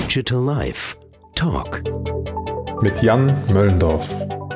Digital Life Talk mit Jan Möllendorf.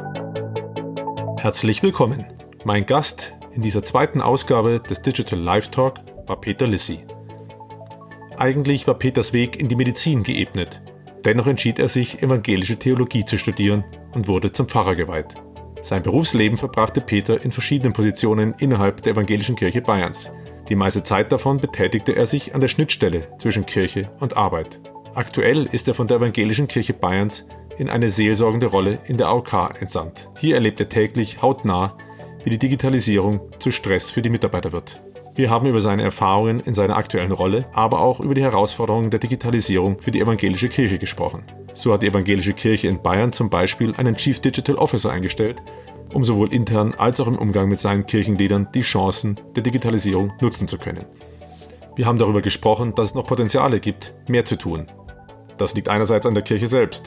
Herzlich willkommen. Mein Gast in dieser zweiten Ausgabe des Digital Life Talk war Peter Lissi. Eigentlich war Peters Weg in die Medizin geebnet. Dennoch entschied er sich, evangelische Theologie zu studieren und wurde zum Pfarrer geweiht. Sein Berufsleben verbrachte Peter in verschiedenen Positionen innerhalb der Evangelischen Kirche Bayerns. Die meiste Zeit davon betätigte er sich an der Schnittstelle zwischen Kirche und Arbeit. Aktuell ist er von der Evangelischen Kirche Bayerns in eine seelsorgende Rolle in der AOK entsandt. Hier erlebt er täglich hautnah, wie die Digitalisierung zu Stress für die Mitarbeiter wird. Wir haben über seine Erfahrungen in seiner aktuellen Rolle, aber auch über die Herausforderungen der Digitalisierung für die evangelische Kirche gesprochen. So hat die evangelische Kirche in Bayern zum Beispiel einen Chief Digital Officer eingestellt, um sowohl intern als auch im Umgang mit seinen Kirchengliedern die Chancen der Digitalisierung nutzen zu können. Wir haben darüber gesprochen, dass es noch Potenziale gibt, mehr zu tun. Das liegt einerseits an der Kirche selbst.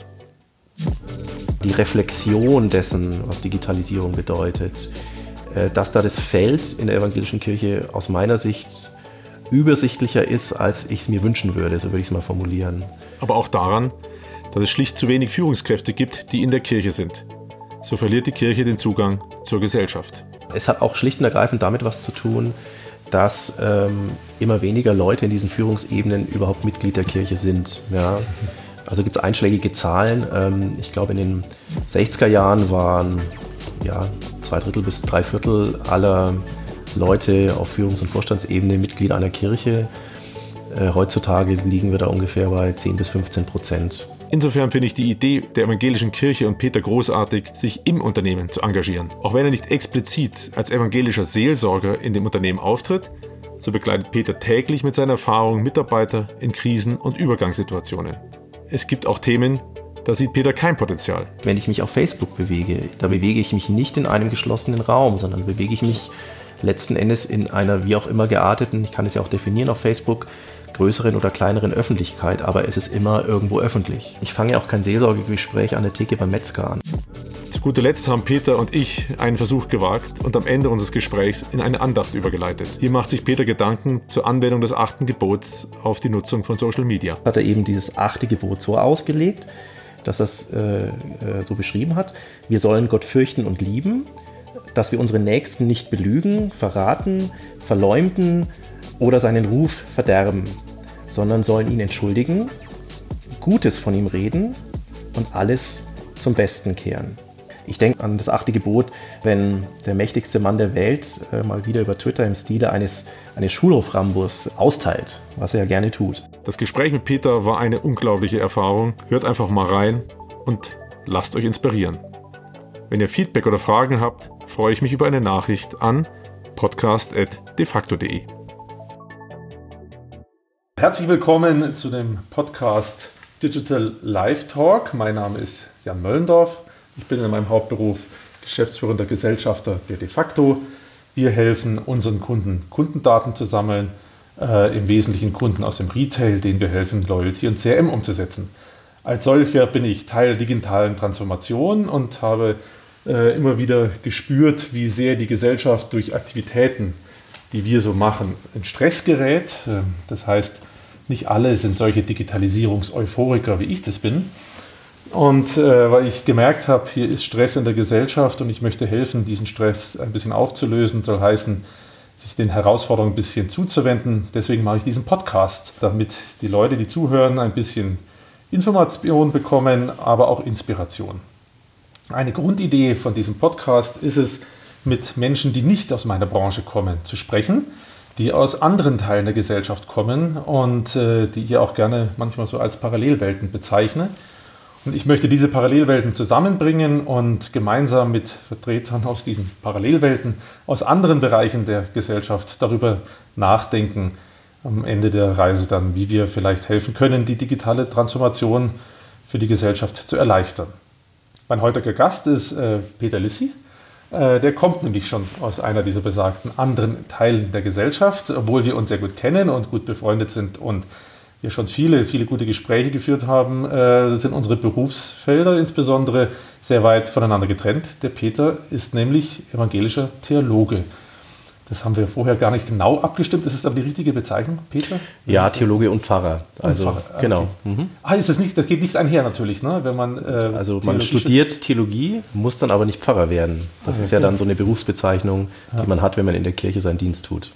Die Reflexion dessen, was Digitalisierung bedeutet, dass da das Feld in der evangelischen Kirche aus meiner Sicht übersichtlicher ist, als ich es mir wünschen würde, so würde ich es mal formulieren. Aber auch daran, dass es schlicht zu wenig Führungskräfte gibt, die in der Kirche sind. So verliert die Kirche den Zugang zur Gesellschaft. Es hat auch schlicht und ergreifend damit was zu tun, dass immer weniger Leute in diesen Führungsebenen überhaupt Mitglied der Kirche sind. Ja. Also gibt es einschlägige Zahlen. Ich glaube, in den 60er Jahren waren 2/3 bis 3/4 aller Leute auf Führungs- und Vorstandsebene Mitglieder einer Kirche. Heutzutage liegen wir da ungefähr bei 10 bis 15%. Insofern finde ich die Idee der evangelischen Kirche und Peter großartig, sich im Unternehmen zu engagieren. Auch wenn er nicht explizit als evangelischer Seelsorger in dem Unternehmen auftritt, so begleitet Peter täglich mit seiner Erfahrung Mitarbeiter in Krisen- und Übergangssituationen. Es gibt auch Themen, da sieht Peter kein Potenzial. Wenn ich mich auf Facebook bewege, da bewege ich mich nicht in einem geschlossenen Raum, sondern bewege ich mich letzten Endes in einer wie auch immer gearteten, ich kann es ja auch definieren auf Facebook, größeren oder kleineren Öffentlichkeit, aber es ist immer irgendwo öffentlich. Ich fange ja auch kein Seelsorgegespräch an der Theke beim Metzger an. Zu guter Letzt haben Peter und ich einen Versuch gewagt und am Ende unseres Gesprächs in eine Andacht übergeleitet. Hier macht sich Peter Gedanken zur Anwendung des 8. Gebots auf die Nutzung von Social Media. Hat er eben dieses 8. Gebot so ausgelegt, dass er es so beschrieben hat. Wir sollen Gott fürchten und lieben, dass wir unsere Nächsten nicht belügen, verraten, verleumden oder seinen Ruf verderben, sondern sollen ihn entschuldigen, Gutes von ihm reden und alles zum Besten kehren. Ich denke an das 8. Gebot, wenn der mächtigste Mann der Welt mal wieder über Twitter im Stile eines Schulhoframburs austeilt, was er ja gerne tut. Das Gespräch mit Peter war eine unglaubliche Erfahrung. Hört einfach mal rein und lasst euch inspirieren. Wenn ihr Feedback oder Fragen habt, freue ich mich über eine Nachricht an podcast@defacto.de. Herzlich willkommen zu dem Podcast Digital Life Talk. Mein Name ist Jan Möllendorf. Ich bin in meinem Hauptberuf geschäftsführender Gesellschafter der Defacto. Wir helfen unseren Kunden, Kundendaten zu sammeln, im Wesentlichen Kunden aus dem Retail, denen wir helfen, Loyalty und CRM umzusetzen. Als solcher bin ich Teil der digitalen Transformation und habe immer wieder gespürt, wie sehr die Gesellschaft durch Aktivitäten, die wir so machen, in Stress gerät. Das heißt, nicht alle sind solche Digitalisierungs-Euphoriker, wie ich das bin. Und weil ich gemerkt habe, hier ist Stress in der Gesellschaft und ich möchte helfen, diesen Stress ein bisschen aufzulösen, soll heißen, sich den Herausforderungen ein bisschen zuzuwenden. Deswegen mache ich diesen Podcast, damit die Leute, die zuhören, ein bisschen Information bekommen, aber auch Inspiration. Eine Grundidee von diesem Podcast ist es, mit Menschen, die nicht aus meiner Branche kommen, zu sprechen, die aus anderen Teilen der Gesellschaft kommen und die ich auch gerne manchmal so als Parallelwelten bezeichne. Und ich möchte diese Parallelwelten zusammenbringen und gemeinsam mit Vertretern aus diesen Parallelwelten, aus anderen Bereichen der Gesellschaft darüber nachdenken, am Ende der Reise dann, wie wir vielleicht helfen können, die digitale Transformation für die Gesellschaft zu erleichtern. Mein heutiger Gast ist Peter Lissi. Der kommt nämlich schon aus einer dieser besagten anderen Teilen der Gesellschaft, obwohl wir uns sehr gut kennen und gut befreundet sind und wir schon viele gute Gespräche geführt haben, sind unsere Berufsfelder insbesondere sehr weit voneinander getrennt. Der Peter ist nämlich evangelischer Theologe. Das haben wir vorher gar nicht genau abgestimmt. Das ist aber die richtige Bezeichnung, Peter? Ja, Theologe und Pfarrer. Also, Pfarrer. Genau. Okay. Ist das nicht? Das geht nicht einher natürlich, ne? Wenn man also man studiert Theologie, muss dann aber nicht Pfarrer werden. Das ist ja dann so eine Berufsbezeichnung, die man hat, wenn man in der Kirche seinen Dienst tut.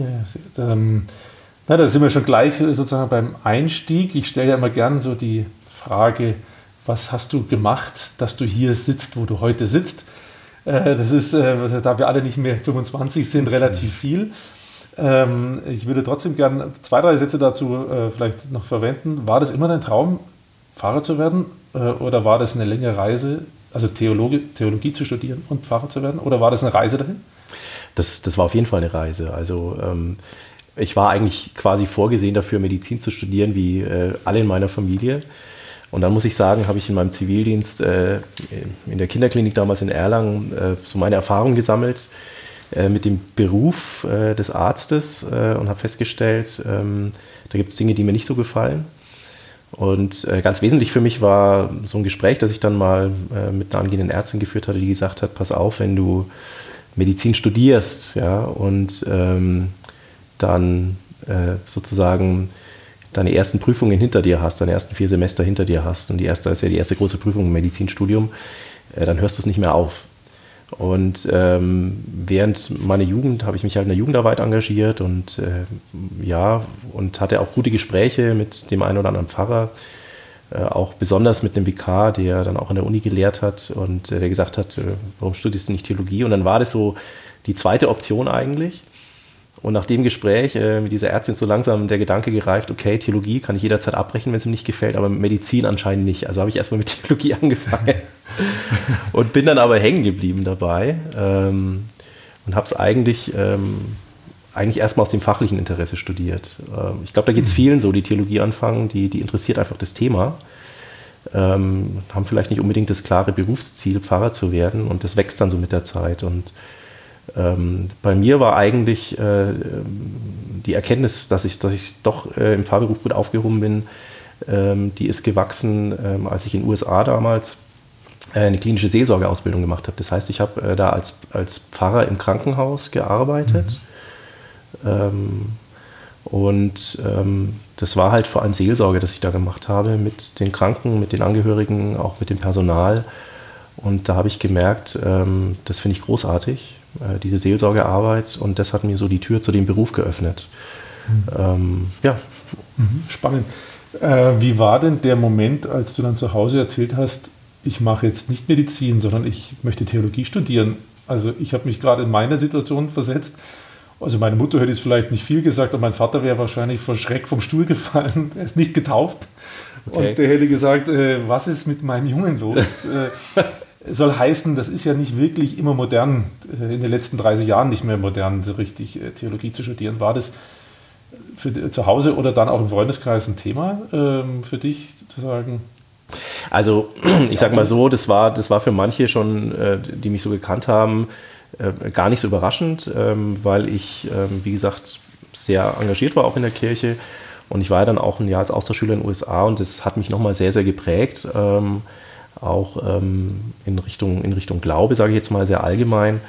Da sind wir schon gleich sozusagen beim Einstieg. Ich stelle ja immer gern so die Frage, was hast du gemacht, dass du hier sitzt, wo du heute sitzt? Das ist, da wir alle nicht mehr 25 sind, relativ viel. Ich würde trotzdem gerne 2, 3 Sätze dazu vielleicht noch verwenden. War das immer dein Traum, Pfarrer zu werden? Oder war das eine längere Reise, also Theologie zu studieren und Pfarrer zu werden? Oder war das eine Reise dahin? Das war auf jeden Fall eine Reise. Also ich war eigentlich quasi vorgesehen dafür, Medizin zu studieren, wie alle in meiner Familie. Und dann muss ich sagen, habe ich in meinem Zivildienst in der Kinderklinik damals in Erlangen so meine Erfahrungen gesammelt mit dem Beruf des Arztes und habe festgestellt, da gibt es Dinge, die mir nicht so gefallen. Und ganz wesentlich für mich war so ein Gespräch, das ich dann mal mit einer angehenden Ärztin geführt hatte, die gesagt hat, pass auf, wenn du Medizin studierst, ja, und dann sozusagen deine ersten Prüfungen hinter dir hast, deine ersten 4 Semester hinter dir hast und die erste ist ja die erste große Prüfung im Medizinstudium, dann hörst du es nicht mehr auf. Und während meiner Jugend habe ich mich halt in der Jugendarbeit engagiert und und hatte auch gute Gespräche mit dem einen oder anderen Pfarrer, auch besonders mit einem Vikar, der dann auch an der Uni gelehrt hat und der gesagt hat, warum studierst du nicht Theologie? Und dann war das so die zweite Option eigentlich. Und nach dem Gespräch mit dieser Ärztin ist so langsam der Gedanke gereift, okay, Theologie kann ich jederzeit abbrechen, wenn es ihm nicht gefällt, aber Medizin anscheinend nicht. Also habe ich erstmal mit Theologie angefangen und bin dann aber hängen geblieben dabei und habe es eigentlich erstmal aus dem fachlichen Interesse studiert. Ich glaube, da geht es vielen so, die Theologie anfangen, die interessiert einfach das Thema, haben vielleicht nicht unbedingt das klare Berufsziel, Pfarrer zu werden und das wächst dann so mit der Zeit. Und bei mir war eigentlich die Erkenntnis, dass ich doch im Pfarrberuf gut aufgehoben bin, die ist gewachsen, als ich in den USA damals eine klinische Seelsorgeausbildung gemacht habe. Das heißt, ich habe da als Pfarrer im Krankenhaus gearbeitet. Das war halt vor allem Seelsorge, das ich da gemacht habe, mit den Kranken, mit den Angehörigen, auch mit dem Personal. Und da habe ich gemerkt, das finde ich großartig, diese Seelsorgearbeit, und das hat mir so die Tür zu dem Beruf geöffnet. Spannend. Wie war denn der Moment, als du dann zu Hause erzählt hast, ich mache jetzt nicht Medizin, sondern ich möchte Theologie studieren? Also ich habe mich gerade in meine Situation versetzt. Also meine Mutter hätte jetzt vielleicht nicht viel gesagt, aber mein Vater wäre wahrscheinlich vor Schreck vom Stuhl gefallen. Er ist nicht getauft. Okay. Und der hätte gesagt, was ist mit meinem Jungen los? Soll heißen, das ist ja nicht wirklich immer modern, in den letzten 30 Jahren nicht mehr modern, so richtig Theologie zu studieren. War das zu Hause oder dann auch im Freundeskreis ein Thema für dich, zu sagen? Also ich sag mal so, das war für manche schon, die mich so gekannt haben, gar nicht so überraschend, weil ich, wie gesagt, sehr engagiert war auch in der Kirche, und ich war ja dann auch ein Jahr als Austauschschüler in den USA, und das hat mich nochmal sehr, sehr geprägt, auch in Richtung Glaube, sage ich jetzt mal sehr allgemein,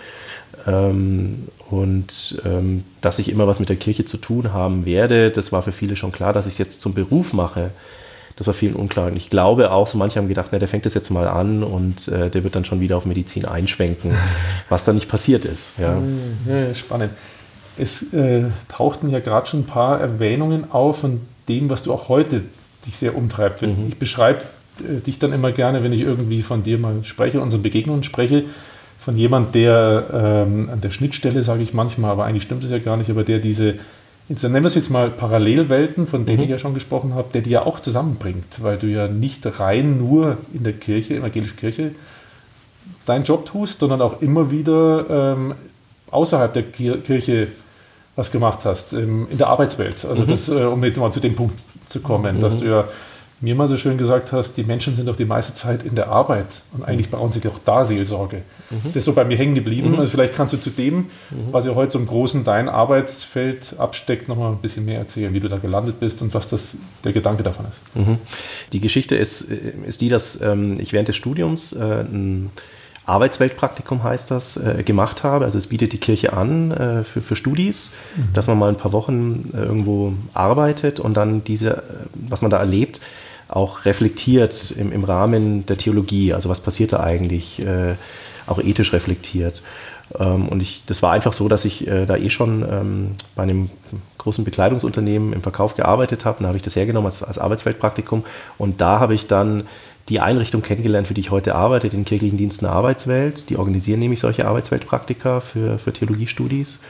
dass ich immer was mit der Kirche zu tun haben werde, das war für viele schon klar. Dass ich es jetzt zum Beruf mache, das war vielen unklar. Und ich glaube auch, so manche haben gedacht, der fängt das jetzt mal an und der wird dann schon wieder auf Medizin einschwenken, was dann nicht passiert ist. Ja. Ja, spannend. Es tauchten ja gerade schon ein paar Erwähnungen auf von dem, was du auch heute dich sehr umtreibt. Ich beschreibe dich dann immer gerne, wenn ich irgendwie von dir mal spreche, unsere Begegnungen spreche, von jemand, der an der Schnittstelle, sage ich manchmal, aber eigentlich stimmt es ja gar nicht, aber der diese, jetzt nennen wir es jetzt mal Parallelwelten, von denen ich ja schon gesprochen habe, der die ja auch zusammenbringt, weil du ja nicht rein nur in der Kirche, evangelische Kirche, deinen Job tust, sondern auch immer wieder außerhalb der Kirche was gemacht hast, in der Arbeitswelt. Also das, um jetzt mal zu dem Punkt zu kommen, dass du ja mir mal so schön gesagt hast, die Menschen sind doch die meiste Zeit in der Arbeit und eigentlich brauchen sie doch da Seelsorge. Das ist so bei mir hängen geblieben. Also vielleicht kannst du zu dem, was ja heute so im Großen dein Arbeitsfeld absteckt, noch mal ein bisschen mehr erzählen, wie du da gelandet bist und was der Gedanke davon ist. Die Geschichte ist die, dass ich während des Studiums einen Arbeitsweltpraktikum heißt das, gemacht habe. Also es bietet die Kirche an für Studis, dass man mal ein paar Wochen irgendwo arbeitet und dann was man da erlebt, auch reflektiert im Rahmen der Theologie. Also was passiert da eigentlich, auch ethisch reflektiert. Und das war einfach so, dass ich da schon bei einem großen Bekleidungsunternehmen im Verkauf gearbeitet habe. Da habe ich das hergenommen als Arbeitsweltpraktikum. Und da habe ich dann die Einrichtung kennengelernt, für die ich heute arbeite, den kirchlichen Diensten der Arbeitswelt. Die organisieren nämlich solche Arbeitsweltpraktika für Theologiestudis.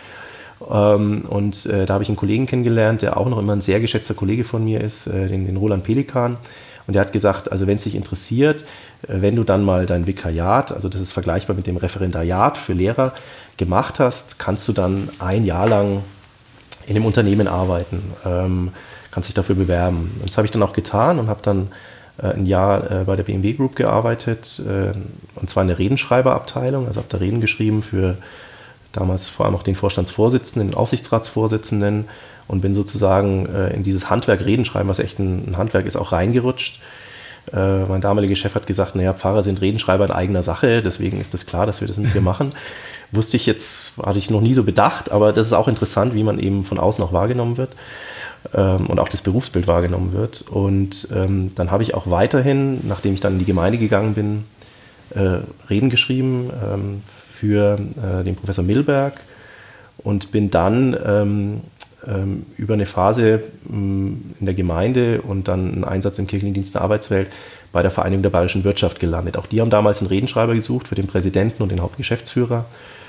Und da habe ich einen Kollegen kennengelernt, der auch noch immer ein sehr geschätzter Kollege von mir ist, den Roland Pelikan. Und der hat gesagt, also wenn es dich interessiert, wenn du dann mal dein Vikariat, also das ist vergleichbar mit dem Referendariat für Lehrer, gemacht hast, kannst du dann ein Jahr lang in einem Unternehmen arbeiten, kannst dich dafür bewerben. Und das habe ich dann auch getan und habe dann ein Jahr bei der BMW Group gearbeitet, und zwar in der Redenschreiberabteilung, also habe da Reden geschrieben für damals vor allem auch den Vorstandsvorsitzenden, den Aufsichtsratsvorsitzenden und bin sozusagen in dieses Handwerk Redenschreiben, was echt ein Handwerk ist, auch reingerutscht. Mein damaliger Chef hat gesagt, naja, Pfarrer sind Redenschreiber in eigener Sache, deswegen ist das klar, dass wir das mit dir machen. Wusste ich jetzt, hatte ich noch nie so bedacht, aber das ist auch interessant, wie man eben von außen auch wahrgenommen wird und auch das Berufsbild wahrgenommen wird. Und dann habe ich auch weiterhin, nachdem ich dann in die Gemeinde gegangen bin, Reden geschrieben für den Professor Milberg und bin dann über eine Phase in der Gemeinde und dann einen Einsatz im kirchlichen Dienst der Arbeitswelt bei der Vereinigung der bayerischen Wirtschaft gelandet. Auch die haben damals einen Redenschreiber gesucht für den Präsidenten und den Hauptgeschäftsführer.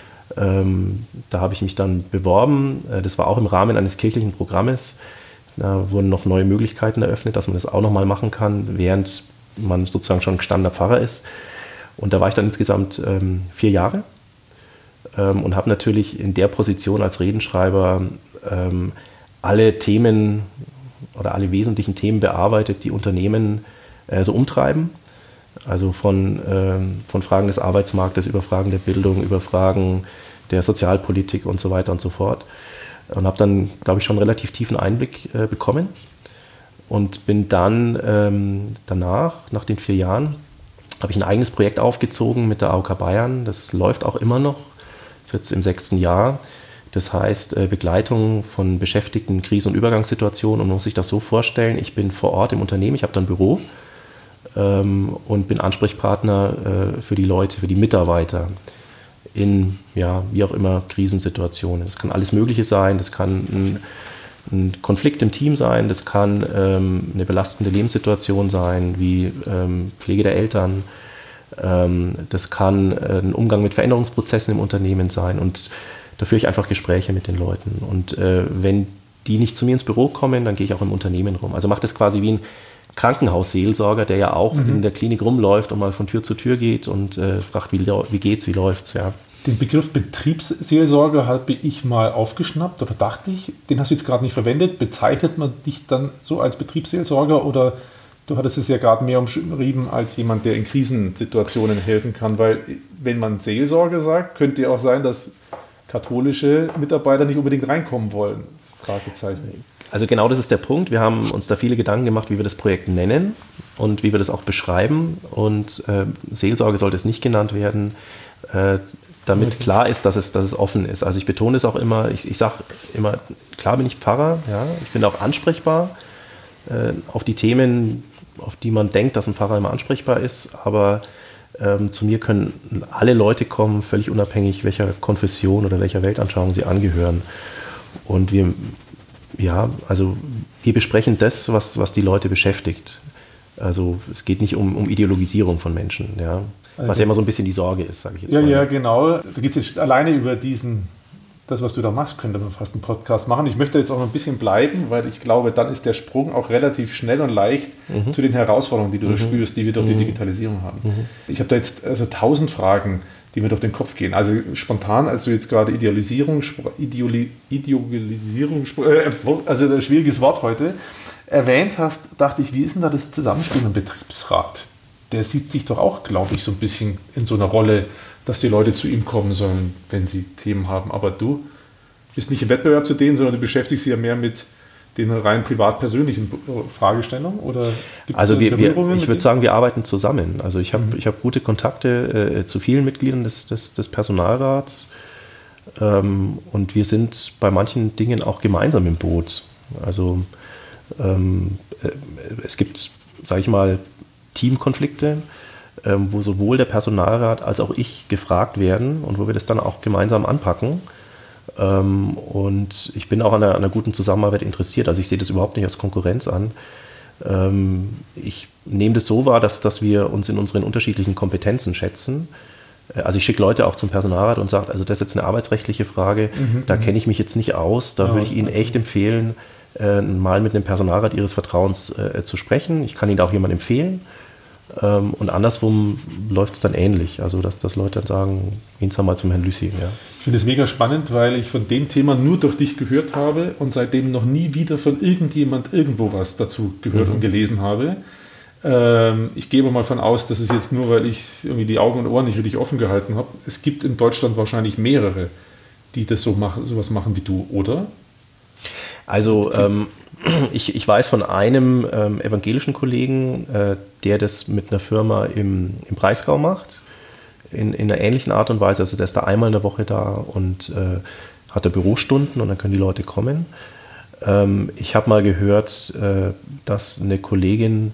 Da habe ich mich dann beworben. Das war auch im Rahmen eines kirchlichen Programmes. Da wurden noch neue Möglichkeiten eröffnet, dass man das auch nochmal machen kann, während man sozusagen schon gestandener Pfarrer ist. Und da war ich dann insgesamt 4 Jahre und habe natürlich in der Position als Redenschreiber alle Themen oder alle wesentlichen Themen bearbeitet, die Unternehmen so umtreiben. Also von Fragen des Arbeitsmarktes über Fragen der Bildung, über Fragen der Sozialpolitik und so weiter und so fort. Und habe dann, glaube ich, schon einen relativ tiefen Einblick bekommen und bin dann nach den 4 Jahren, habe ich ein eigenes Projekt aufgezogen mit der AOK Bayern. Das läuft auch immer noch, ist jetzt im 6. Jahr. Das heißt Begleitung von Beschäftigten in Krisen- und Übergangssituationen. Und man muss sich das so vorstellen, ich bin vor Ort im Unternehmen, ich habe dann ein Büro und bin Ansprechpartner für die Leute, für die Mitarbeiter in, ja, wie auch immer, Krisensituationen. Das kann alles Mögliche sein, das kann ein Konflikt im Team sein, das kann eine belastende Lebenssituation sein, wie Pflege der Eltern, das kann ein Umgang mit Veränderungsprozessen im Unternehmen sein und da führe ich einfach Gespräche mit den Leuten. Und wenn die nicht zu mir ins Büro kommen, dann gehe ich auch im Unternehmen rum. Also mache das quasi wie ein Krankenhausseelsorger, der ja auch in der Klinik rumläuft und mal von Tür zu Tür geht und fragt, wie geht's, wie läuft's, ja. Den Begriff Betriebsseelsorger habe ich mal aufgeschnappt oder dachte ich, den hast du jetzt gerade nicht verwendet. Bezeichnet man dich dann so als Betriebsseelsorger oder du hattest es ja gerade mehr umschrieben als jemand, der in Krisensituationen helfen kann? Weil wenn man Seelsorger sagt, könnte ja auch sein, dass katholische Mitarbeiter nicht unbedingt reinkommen wollen. Fragezeichen. Also genau das ist der Punkt. Wir haben uns da viele Gedanken gemacht, wie wir das Projekt nennen und wie wir das auch beschreiben. Und Seelsorge sollte es nicht genannt werden, damit klar ist, dass es offen ist. Also ich betone es auch immer, ich sage immer, klar bin ich Pfarrer, ja, ich bin auch ansprechbar auf die Themen, auf die man denkt, dass ein Pfarrer immer ansprechbar ist, aber zu mir können alle Leute kommen, völlig unabhängig, welcher Konfession oder welcher Weltanschauung sie angehören. Und wir besprechen das, was die Leute beschäftigt. Also es geht nicht um Ideologisierung von Menschen, ja. Was ja immer so ein bisschen die Sorge ist, sage ich jetzt mal. Ja, genau. Da gibt es jetzt alleine über das, was du da machst, könnte man fast einen Podcast machen. Ich möchte jetzt auch noch ein bisschen bleiben, weil ich glaube, dann ist der Sprung auch relativ schnell und leicht zu den Herausforderungen, die du da spürst, die wir durch die Digitalisierung haben. Ich habe da jetzt 1000 Fragen, die mir durch den Kopf gehen. Also spontan, als du jetzt gerade Idealisierung, also ein schwieriges Wort heute, erwähnt hast, dachte ich, wie ist denn da das Zusammenspiel im Betriebsrat? Der sieht sich doch auch, glaube ich, so ein bisschen in so einer Rolle, dass die Leute zu ihm kommen sollen, wenn sie Themen haben. Aber du bist nicht im Wettbewerb zu denen, sondern du beschäftigst dich ja mehr mit den rein privat-persönlichen Fragestellungen? Oder gibt also es Berührungen? Ich würde sagen, wir arbeiten zusammen. Also ich habe gute Kontakte zu vielen Mitgliedern des Personalrats und wir sind bei manchen Dingen auch gemeinsam im Boot. Also es gibt, sage ich mal, Teamkonflikte, wo sowohl der Personalrat als auch ich gefragt werden und wo wir das dann auch gemeinsam anpacken. Und ich bin auch an einer guten Zusammenarbeit interessiert. Also ich sehe das überhaupt nicht als Konkurrenz an. Ich nehme das so wahr, dass wir uns in unseren unterschiedlichen Kompetenzen schätzen. Also ich schicke Leute auch zum Personalrat und sage, also das ist jetzt eine arbeitsrechtliche Frage, da kenne ich mich jetzt nicht aus. Da würde ich Ihnen echt empfehlen, mal mit einem Personalrat Ihres Vertrauens zu sprechen. Ich kann Ihnen auch jemanden empfehlen. Und andersrum läuft es dann ähnlich. Also dass Leute dann sagen, gehen Sie mal zum Herrn Lüssi. Ja. Ich finde es mega spannend, weil ich von dem Thema nur durch dich gehört habe und seitdem noch nie wieder von irgendjemand irgendwo was dazu gehört und gelesen habe. Ich gehe aber mal von aus, dass es jetzt nur, weil ich irgendwie die Augen und Ohren nicht richtig offen gehalten habe. Es gibt in Deutschland wahrscheinlich mehrere, die das sowas machen wie du, oder? Also ich weiß von einem evangelischen Kollegen, der das mit einer Firma im Breisgau macht, in einer ähnlichen Art und Weise. Also der ist da einmal in der Woche da und hat da Bürostunden und dann können die Leute kommen. Ich habe mal gehört, dass eine Kollegin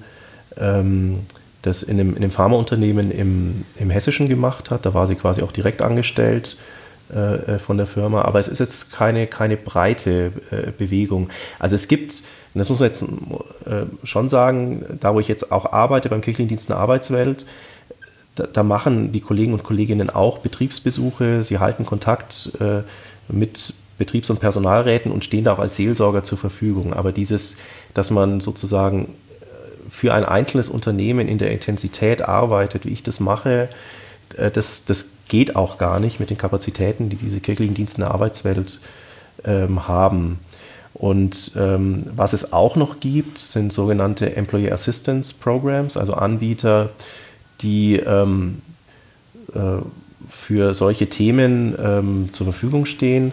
das in einem Pharmaunternehmen im Hessischen gemacht hat. Da war sie quasi auch direkt angestellt von der Firma, aber es ist jetzt keine breite Bewegung. Also es gibt, und das muss man jetzt schon sagen, da wo ich jetzt auch arbeite, beim Kirchlichen Dienst in der Arbeitswelt, da machen die Kollegen und Kolleginnen auch Betriebsbesuche, sie halten Kontakt mit Betriebs- und Personalräten und stehen da auch als Seelsorger zur Verfügung. Aber dass man sozusagen für ein einzelnes Unternehmen in der Intensität arbeitet, wie ich das mache, das geht auch gar nicht mit den Kapazitäten, die diese kirchlichen Dienste in der Arbeitswelt haben. Und was es auch noch gibt, sind sogenannte Employee Assistance Programs, also Anbieter, die für solche Themen zur Verfügung stehen.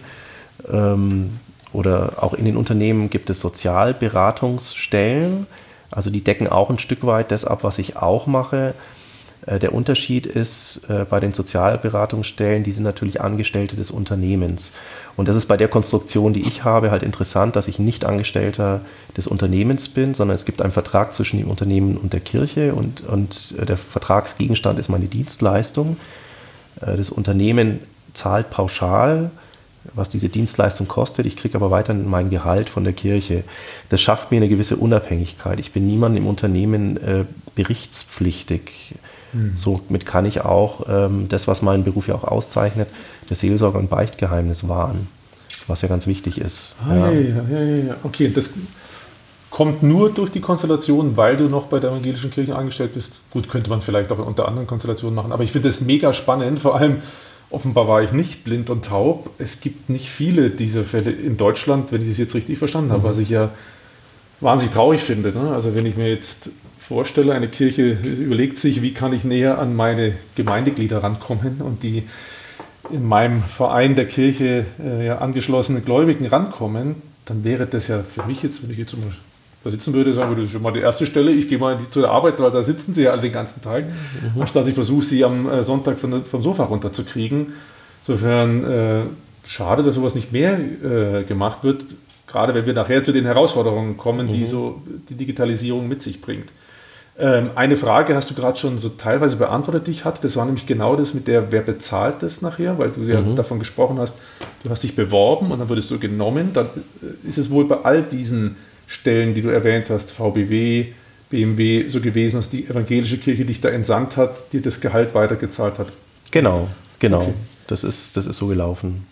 Oder auch in den Unternehmen gibt es Sozialberatungsstellen, also die decken auch ein Stück weit das ab, was ich auch mache. Der Unterschied ist, bei den Sozialberatungsstellen, die sind natürlich Angestellte des Unternehmens. Und das ist bei der Konstruktion, die ich habe, halt interessant, dass ich nicht Angestellter des Unternehmens bin, sondern es gibt einen Vertrag zwischen dem Unternehmen und der Kirche und der Vertragsgegenstand ist meine Dienstleistung. Das Unternehmen zahlt pauschal, was diese Dienstleistung kostet. Ich kriege aber weiterhin mein Gehalt von der Kirche. Das schafft mir eine gewisse Unabhängigkeit. Ich bin niemandem im Unternehmen berichtspflichtig. Somit kann ich auch das, was meinen Beruf ja auch auszeichnet, das Seelsorge- und Beichtgeheimnis wahren, was ja ganz wichtig ist. Ja. Okay, das kommt nur durch die Konstellation, weil du noch bei der evangelischen Kirche angestellt bist. Gut, könnte man vielleicht auch unter anderen Konstellationen machen, aber ich finde das mega spannend, vor allem offenbar war ich nicht blind und taub. Es gibt nicht viele dieser Fälle in Deutschland, wenn ich das jetzt richtig verstanden habe, was ich ja wahnsinnig traurig finde. Ne? Also wenn ich mir jetzt vorstelle, eine Kirche überlegt sich, wie kann ich näher an meine Gemeindeglieder rankommen und die in meinem Verein der Kirche angeschlossenen Gläubigen rankommen, dann wäre das ja für mich jetzt, wenn ich jetzt mal da sitzen würde, sagen würde, das ist schon mal die erste Stelle, ich gehe mal zu der Arbeit, weil da sitzen sie ja alle den ganzen Tag, anstatt ich versuche, sie am Sonntag vom Sofa runterzukriegen. Insofern schade, dass sowas nicht mehr gemacht wird, gerade wenn wir nachher zu den Herausforderungen kommen, die so die Digitalisierung mit sich bringt. Eine Frage hast du gerade schon so teilweise beantwortet, die ich hatte. Das war nämlich genau das mit der, wer bezahlt das nachher, weil du ja davon gesprochen hast, du hast dich beworben und dann wurdest du genommen. Dann ist es wohl bei all diesen Stellen, die du erwähnt hast, VBW, BMW, so gewesen, dass die evangelische Kirche dich da entsandt hat, dir das Gehalt weitergezahlt hat. Genau. Okay. Das ist so gelaufen.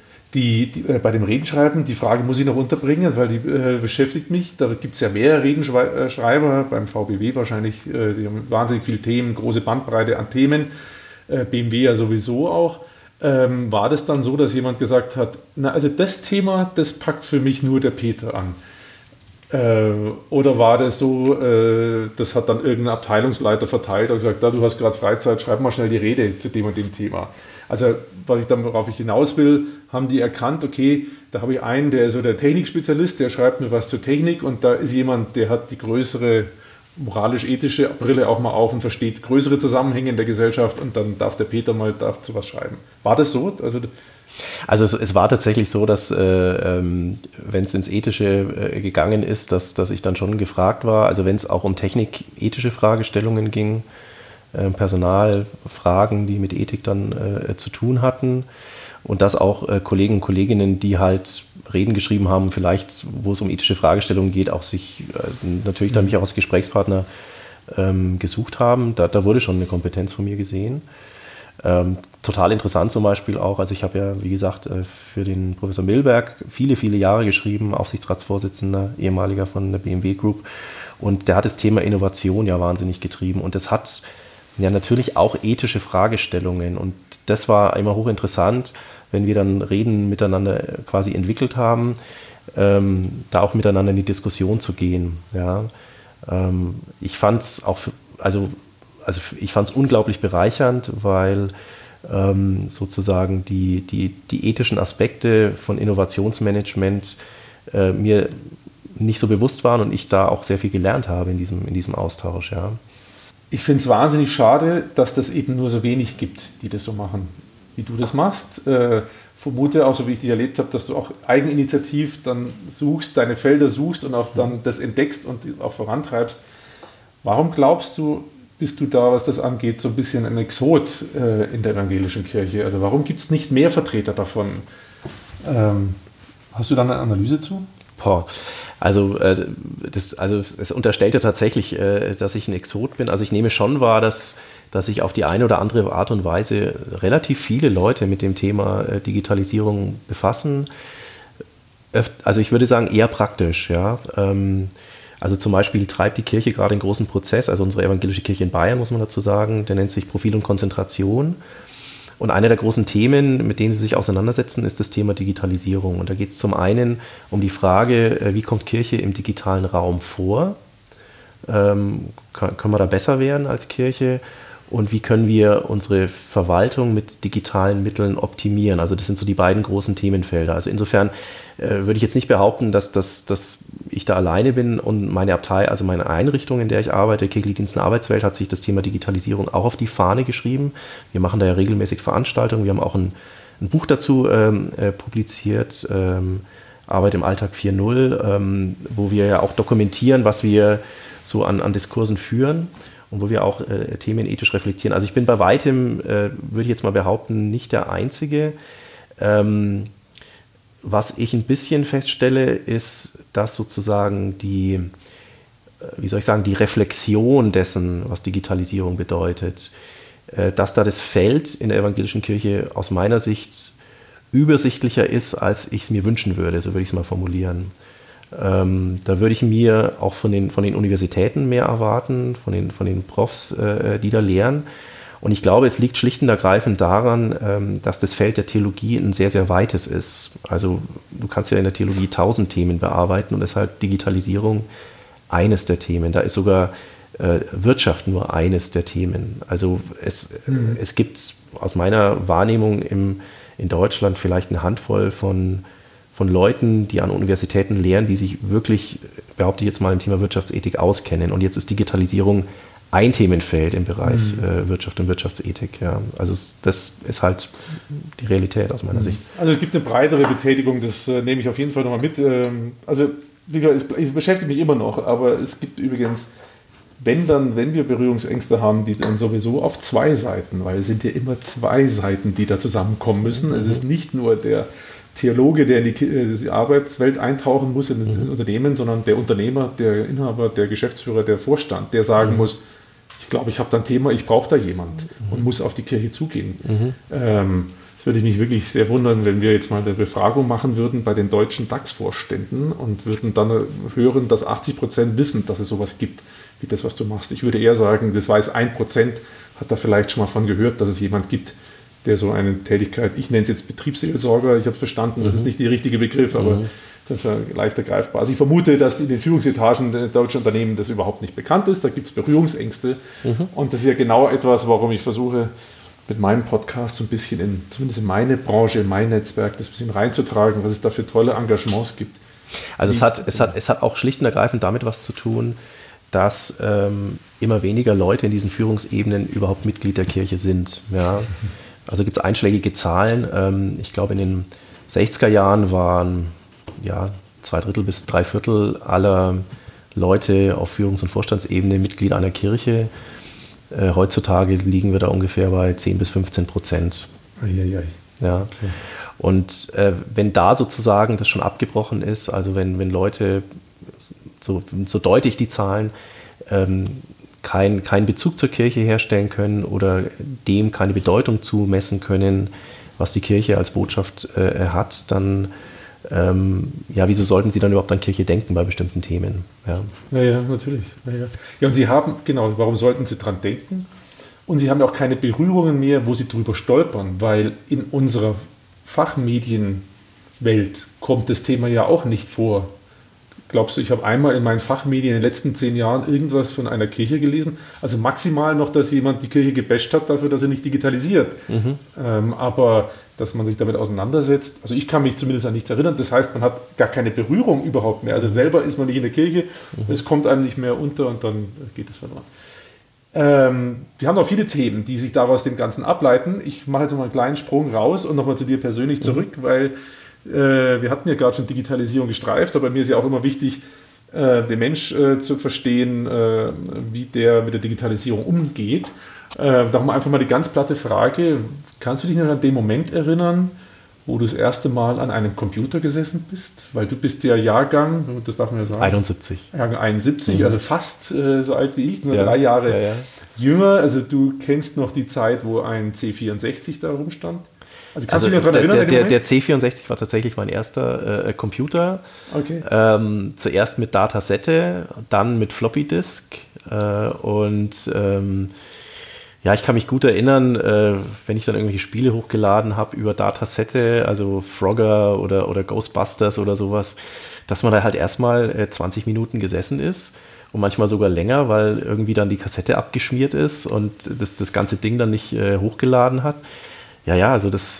Bei dem Redenschreiben, die Frage muss ich noch unterbringen, weil die beschäftigt mich. Da gibt es ja mehrere Redenschreiber, beim VBW wahrscheinlich, die haben wahnsinnig viele Themen, große Bandbreite an Themen, BMW ja sowieso auch. War das dann so, dass jemand gesagt hat, na also das Thema, das packt für mich nur der Peter an? Oder war das so, das hat dann irgendein Abteilungsleiter verteilt und gesagt, du hast gerade Freizeit, schreib mal schnell die Rede zu dem und dem Thema. Also worauf ich hinaus will, haben die erkannt, okay, da habe ich einen, der ist so der Technikspezialist, der schreibt mir was zur Technik und da ist jemand, der hat die größere moralisch-ethische Brille auch mal auf und versteht größere Zusammenhänge in der Gesellschaft und dann darf der Peter mal dazu was schreiben. War das so? Also es war tatsächlich so, dass wenn es ins Ethische gegangen ist, dass ich dann schon gefragt war, also wenn es auch um technik-ethische Fragestellungen ging, Personalfragen, die mit Ethik dann zu tun hatten und dass auch Kollegen und Kolleginnen, die halt Reden geschrieben haben, vielleicht, wo es um ethische Fragestellungen geht, auch sich natürlich dann mich auch als Gesprächspartner gesucht haben. Da wurde schon eine Kompetenz von mir gesehen. Total interessant zum Beispiel auch, also ich habe ja, wie gesagt, für den Professor Milberg viele, viele Jahre geschrieben, Aufsichtsratsvorsitzender, ehemaliger von der BMW Group, und der hat das Thema Innovation ja wahnsinnig getrieben und das hat ja natürlich auch ethische Fragestellungen und das war immer hochinteressant, wenn wir dann Reden miteinander quasi entwickelt haben, da auch miteinander in die Diskussion zu gehen. Ja. Ich fand es auch, also ich fand es unglaublich bereichernd, weil sozusagen die ethischen Aspekte von Innovationsmanagement mir nicht so bewusst waren und ich da auch sehr viel gelernt habe in diesem Austausch. Ja. Ich finde es wahnsinnig schade, dass das eben nur so wenig gibt, die das so machen, wie du das machst. Vermute auch, so wie ich dich erlebt habe, dass du auch eigeninitiativ dann suchst, deine Felder suchst und auch dann das entdeckst und auch vorantreibst. Warum glaubst du, bist du da, was das angeht, so ein bisschen ein Exot in der evangelischen Kirche? Also warum gibt es nicht mehr Vertreter davon? Hast du da eine Analyse zu? Also es unterstellt ja tatsächlich, dass ich ein Exot bin. Also ich nehme schon wahr, dass sich auf die eine oder andere Art und Weise relativ viele Leute mit dem Thema Digitalisierung befassen. Also ich würde sagen eher praktisch, ja. Also zum Beispiel treibt die Kirche gerade einen großen Prozess, also unsere evangelische Kirche in Bayern, muss man dazu sagen, der nennt sich Profil und Konzentration. Und eine der großen Themen, mit denen sie sich auseinandersetzen, ist das Thema Digitalisierung. Und da geht es zum einen um die Frage, wie kommt Kirche im digitalen Raum vor? Können wir da besser werden als Kirche? Und wie können wir unsere Verwaltung mit digitalen Mitteln optimieren? Also das sind so die beiden großen Themenfelder. Also insofern würde ich jetzt nicht behaupten, dass ich da alleine bin und meine Abtei, also meine Einrichtung, in der ich arbeite, Kirchliche Dienst und Arbeitswelt, hat sich das Thema Digitalisierung auch auf die Fahne geschrieben. Wir machen da ja regelmäßig Veranstaltungen. Wir haben auch ein Buch dazu publiziert, Arbeit im Alltag 4.0, wo wir ja auch dokumentieren, was wir so an Diskursen führen. Und wo wir auch Themen ethisch reflektieren. Also ich bin bei weitem, würde ich jetzt mal behaupten, nicht der Einzige. Was ich ein bisschen feststelle, ist, dass sozusagen die Reflexion dessen, was Digitalisierung bedeutet, dass da das Feld in der evangelischen Kirche aus meiner Sicht übersichtlicher ist, als ich es mir wünschen würde, so würde ich es mal formulieren. Da würde ich mir auch von den Universitäten mehr erwarten, von den Profs, die da lehren. Und ich glaube, es liegt schlicht und ergreifend daran, dass das Feld der Theologie ein sehr, sehr weites ist. Also du kannst ja in der Theologie 1000 Themen bearbeiten und deshalb Digitalisierung eines der Themen. Da ist sogar Wirtschaft nur eines der Themen. Also es gibt aus meiner Wahrnehmung in Deutschland vielleicht eine Handvoll von Leuten, die an Universitäten lehren, die sich wirklich, behaupte ich jetzt mal, im Thema Wirtschaftsethik auskennen. Und jetzt ist Digitalisierung ein Themenfeld im Bereich Wirtschaft und Wirtschaftsethik. Ja. Also das ist halt die Realität aus meiner Sicht. Also es gibt eine breitere Betätigung, das nehme ich auf jeden Fall nochmal mit. Also wie gesagt, ich beschäftige mich immer noch, aber es gibt übrigens, wenn wir Berührungsängste haben, die dann sowieso auf zwei Seiten, weil es sind ja immer zwei Seiten, die da zusammenkommen müssen. Es ist nicht nur der Theologe, der in die Arbeitswelt eintauchen muss in das Unternehmen, sondern der Unternehmer, der Inhaber, der Geschäftsführer, der Vorstand, der sagen muss, ich glaube, ich habe da ein Thema, ich brauche da jemand und muss auf die Kirche zugehen. Das würde mich wirklich sehr wundern, wenn wir jetzt mal eine Befragung machen würden bei den deutschen DAX-Vorständen und würden dann hören, dass 80% wissen, dass es sowas gibt, wie das, was du machst. Ich würde eher sagen, das weiß 1%, hat da vielleicht schon mal von gehört, dass es jemand gibt, der so eine Tätigkeit, ich nenne es jetzt Betriebsseelsorger, ich habe verstanden, das ist nicht der richtige Begriff, aber Das war leichter greifbar. Also ich vermute, dass in den Führungsetagen der deutschen Unternehmen das überhaupt nicht bekannt ist. Da gibt es Berührungsängste. Und das ist ja genau etwas, warum ich versuche, mit meinem Podcast so ein bisschen zumindest in meine Branche, in mein Netzwerk, das ein bisschen reinzutragen, was es da für tolle Engagements gibt. Also es hat auch schlicht und ergreifend damit was zu tun, dass immer weniger Leute in diesen Führungsebenen überhaupt Mitglied der Kirche sind. Ja. Also gibt es einschlägige Zahlen. Ich glaube, in den 60er Jahren waren 2/3 bis 3/4 aller Leute auf Führungs- und Vorstandsebene Mitglied einer Kirche. Heutzutage liegen wir da ungefähr bei 10 bis 15%. Ja. Okay. Und wenn da sozusagen das schon abgebrochen ist, also wenn Leute, so deute ich die Zahlen, keinen Bezug zur Kirche herstellen können oder dem keine Bedeutung zumessen können, was die Kirche als Botschaft hat, dann wieso sollten sie dann überhaupt an Kirche denken bei bestimmten Themen? Ja, natürlich. Ja, und sie haben, genau, warum sollten sie dran denken? Und sie haben auch keine Berührungen mehr, wo sie drüber stolpern, weil in unserer Fachmedienwelt kommt das Thema ja auch nicht vor. Glaubst du, ich habe einmal in meinen Fachmedien in den letzten 10 Jahren irgendwas von einer Kirche gelesen? Also maximal noch, dass jemand die Kirche gebasht hat dafür, dass sie nicht digitalisiert. Aber dass man sich damit auseinandersetzt, also ich kann mich zumindest an nichts erinnern, das heißt, man hat gar keine Berührung überhaupt mehr. Also selber ist man nicht in der Kirche, es kommt einem nicht mehr unter und dann geht es verloren. Wir haben noch viele Themen, die sich daraus dem Ganzen ableiten. Ich mache jetzt noch mal einen kleinen Sprung raus und nochmal zu dir persönlich zurück, weil wir hatten ja gerade schon Digitalisierung gestreift, aber mir ist ja auch immer wichtig, den Mensch zu verstehen, wie der mit der Digitalisierung umgeht. Darum einfach mal die ganz platte Frage, kannst du dich noch an den Moment erinnern, wo du das erste Mal an einem Computer gesessen bist? Weil du bist ja Jahrgang, das darf man ja sagen. 71. Jahrgang 71, also fast so alt wie ich, nur 3 Jahre jünger. Also du kennst noch die Zeit, wo ein C64 da rumstand? Also kannst du dich noch daran erinnern? Der C64 war tatsächlich mein erster Computer. Okay. Zuerst mit Datasette, dann mit Floppy Disk ich kann mich gut erinnern, wenn ich dann irgendwelche Spiele hochgeladen habe über Datasette, also Frogger oder Ghostbusters oder sowas, dass man da halt erstmal 20 Minuten gesessen ist und manchmal sogar länger, weil irgendwie dann die Kassette abgeschmiert ist und das ganze Ding dann nicht hochgeladen hat. Also das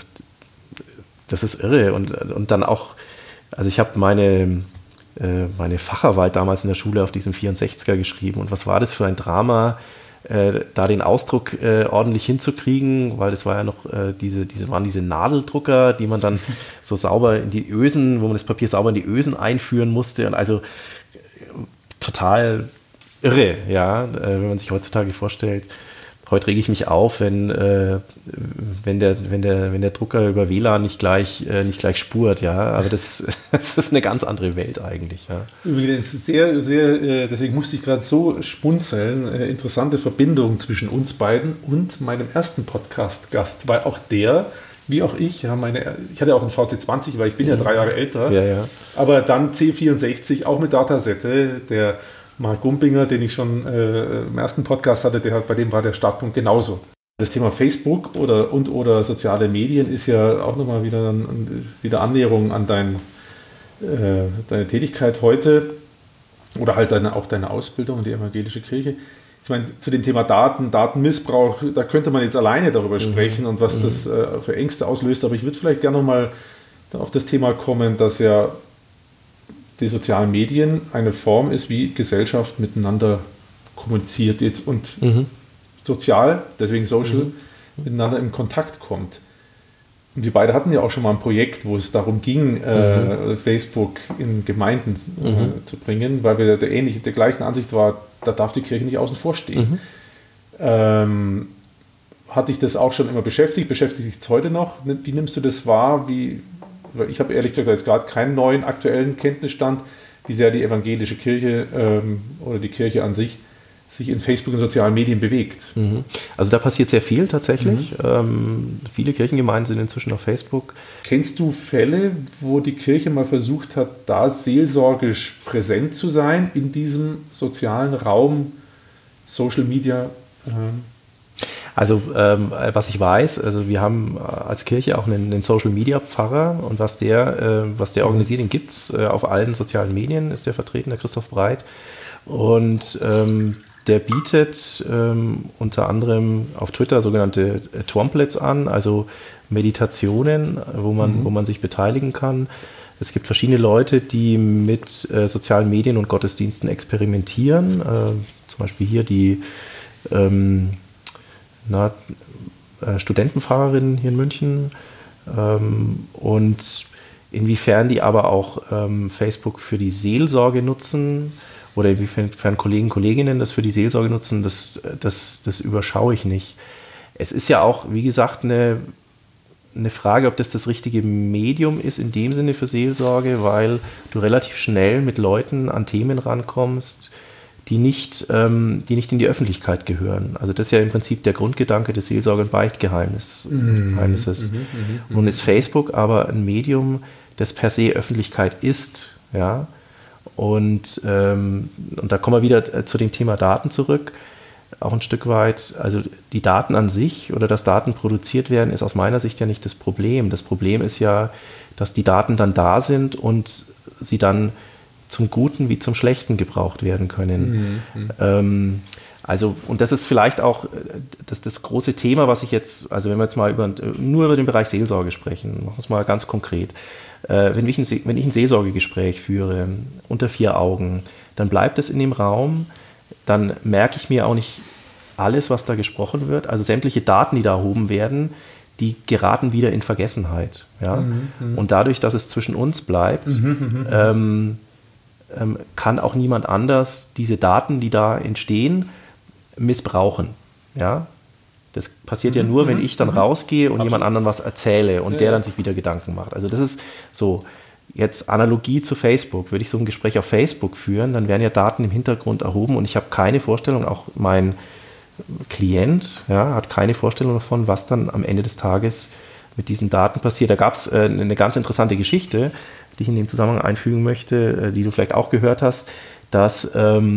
ist irre. Und dann auch, also ich habe meine Facharbeit damals in der Schule auf diesem 64er geschrieben und was war das für ein Drama, da den Ausdruck ordentlich hinzukriegen, weil das war ja noch diese Nadeldrucker, die man dann so sauber in die Ösen, wo man das Papier sauber in die Ösen einführen musste und also total irre, wenn man sich heutzutage vorstellt. Heute rege ich mich auf, wenn der Drucker über WLAN nicht gleich spurt, aber das ist eine ganz andere Welt eigentlich. Ja. Übrigens sehr, sehr, deswegen musste ich gerade so schmunzeln, interessante Verbindung zwischen uns beiden und meinem ersten Podcast-Gast, weil auch der, wie auch ich, ich hatte auch einen VC20, weil ich bin ja 3 Jahre älter, aber dann C64, auch mit Datasette, der Marc Gumpinger, den ich schon im ersten Podcast hatte, bei dem war der Startpunkt genauso. Das Thema Facebook oder soziale Medien ist ja auch nochmal wieder Annäherung an deine Tätigkeit heute oder halt auch deine Ausbildung in die evangelische Kirche. Ich meine, zu dem Thema Datenmissbrauch, da könnte man jetzt alleine darüber sprechen und was das für Ängste auslöst, aber ich würde vielleicht gerne nochmal auf das Thema kommen, dass ja die sozialen Medien eine Form ist, wie Gesellschaft miteinander kommuniziert jetzt und sozial, deswegen Social, miteinander in Kontakt kommt. Und wir beide hatten ja auch schon mal ein Projekt, wo es darum ging, Facebook in Gemeinden zu bringen, weil wir der gleichen Ansicht war, da darf die Kirche nicht außen vor stehen. Hat dich das auch schon immer beschäftigt dich es heute noch? Wie nimmst du das wahr? Ich habe ehrlich gesagt jetzt gerade keinen neuen aktuellen Kenntnisstand, wie sehr die evangelische Kirche oder die Kirche an sich in Facebook und sozialen Medien bewegt. Also da passiert sehr viel tatsächlich. Viele Kirchengemeinden sind inzwischen auf Facebook. Kennst du Fälle, wo die Kirche mal versucht hat, da seelsorgisch präsent zu sein in diesem sozialen Raum, Social Media? Also was ich weiß, also wir haben als Kirche auch einen Social-Media-Pfarrer und was der organisiert, den gibt es auf allen sozialen Medien, ist der vertreten, der Christoph Breit. Und der bietet unter anderem auf Twitter sogenannte Twomplets an, also Meditationen, wo man sich beteiligen kann. Es gibt verschiedene Leute, die mit sozialen Medien und Gottesdiensten experimentieren. Zum Beispiel hier die Studentenpfarrerin hier in München. Und inwiefern die aber auch Facebook für die Seelsorge nutzen oder inwiefern Kollegen und Kolleginnen das für die Seelsorge nutzen, das überschaue ich nicht. Es ist ja auch, wie gesagt, eine Frage, ob das richtige Medium ist in dem Sinne für Seelsorge, weil du relativ schnell mit Leuten an Themen rankommst, die nicht in die Öffentlichkeit gehören. Also das ist ja im Prinzip der Grundgedanke des Seelsorge- und Beichtgeheimnisses. Nun ist Facebook aber ein Medium, das per se Öffentlichkeit ist. Ja? Und da kommen wir wieder zu dem Thema Daten zurück. Auch ein Stück weit, also die Daten an sich oder dass Daten produziert werden, ist aus meiner Sicht ja nicht das Problem. Das Problem ist ja, dass die Daten dann da sind und sie dann zum Guten wie zum Schlechten gebraucht werden können. Und das ist vielleicht auch das große Thema, was ich jetzt, also wenn wir jetzt mal nur über den Bereich Seelsorge sprechen, machen wir es mal ganz konkret. Wenn ich ein Seelsorgegespräch führe, unter 4 Augen, dann bleibt es in dem Raum, dann merke ich mir auch nicht alles, was da gesprochen wird. Also sämtliche Daten, die da erhoben werden, die geraten wieder in Vergessenheit. Ja? Und dadurch, dass es zwischen uns bleibt, kann auch niemand anders diese Daten, die da entstehen, missbrauchen. Ja? Das passiert ja nur, wenn ich dann rausgehe und jemand anderem was erzähle und der dann sich wieder Gedanken macht. Also das ist so. Jetzt Analogie zu Facebook, würde ich so ein Gespräch auf Facebook führen, dann werden ja Daten im Hintergrund erhoben und ich habe keine Vorstellung, auch mein Klient hat keine Vorstellung davon, was dann am Ende des Tages mit diesen Daten passiert. Da gab es eine ganz interessante Geschichte, die ich in dem Zusammenhang einfügen möchte, die du vielleicht auch gehört hast, dass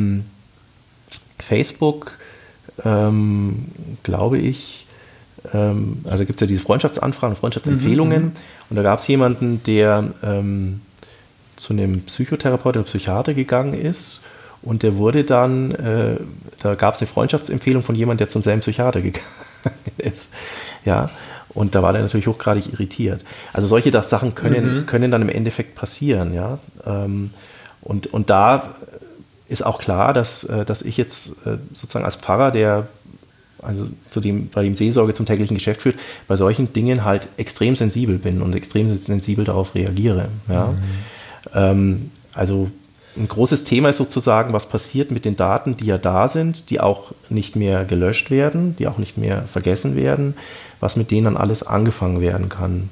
Facebook, glaube ich, also gibt es ja diese Freundschaftsanfragen, Freundschaftsempfehlungen und da gab es jemanden, der zu einem Psychotherapeut oder Psychiater gegangen ist und der wurde dann, da gab es eine Freundschaftsempfehlung von jemandem, der zum selben Psychiater gegangen ist. Ja, und da war der natürlich hochgradig irritiert. Also solche Sachen können dann im Endeffekt passieren. Ja? Und da ist auch klar, dass ich jetzt sozusagen als Pfarrer, der also bei dem Seelsorge zum täglichen Geschäft führt, bei solchen Dingen halt extrem sensibel bin und extrem sensibel darauf reagiere. Ja? Also ein großes Thema ist sozusagen, was passiert mit den Daten, die ja da sind, die auch nicht mehr gelöscht werden, die auch nicht mehr vergessen werden, was mit denen dann alles angefangen werden kann.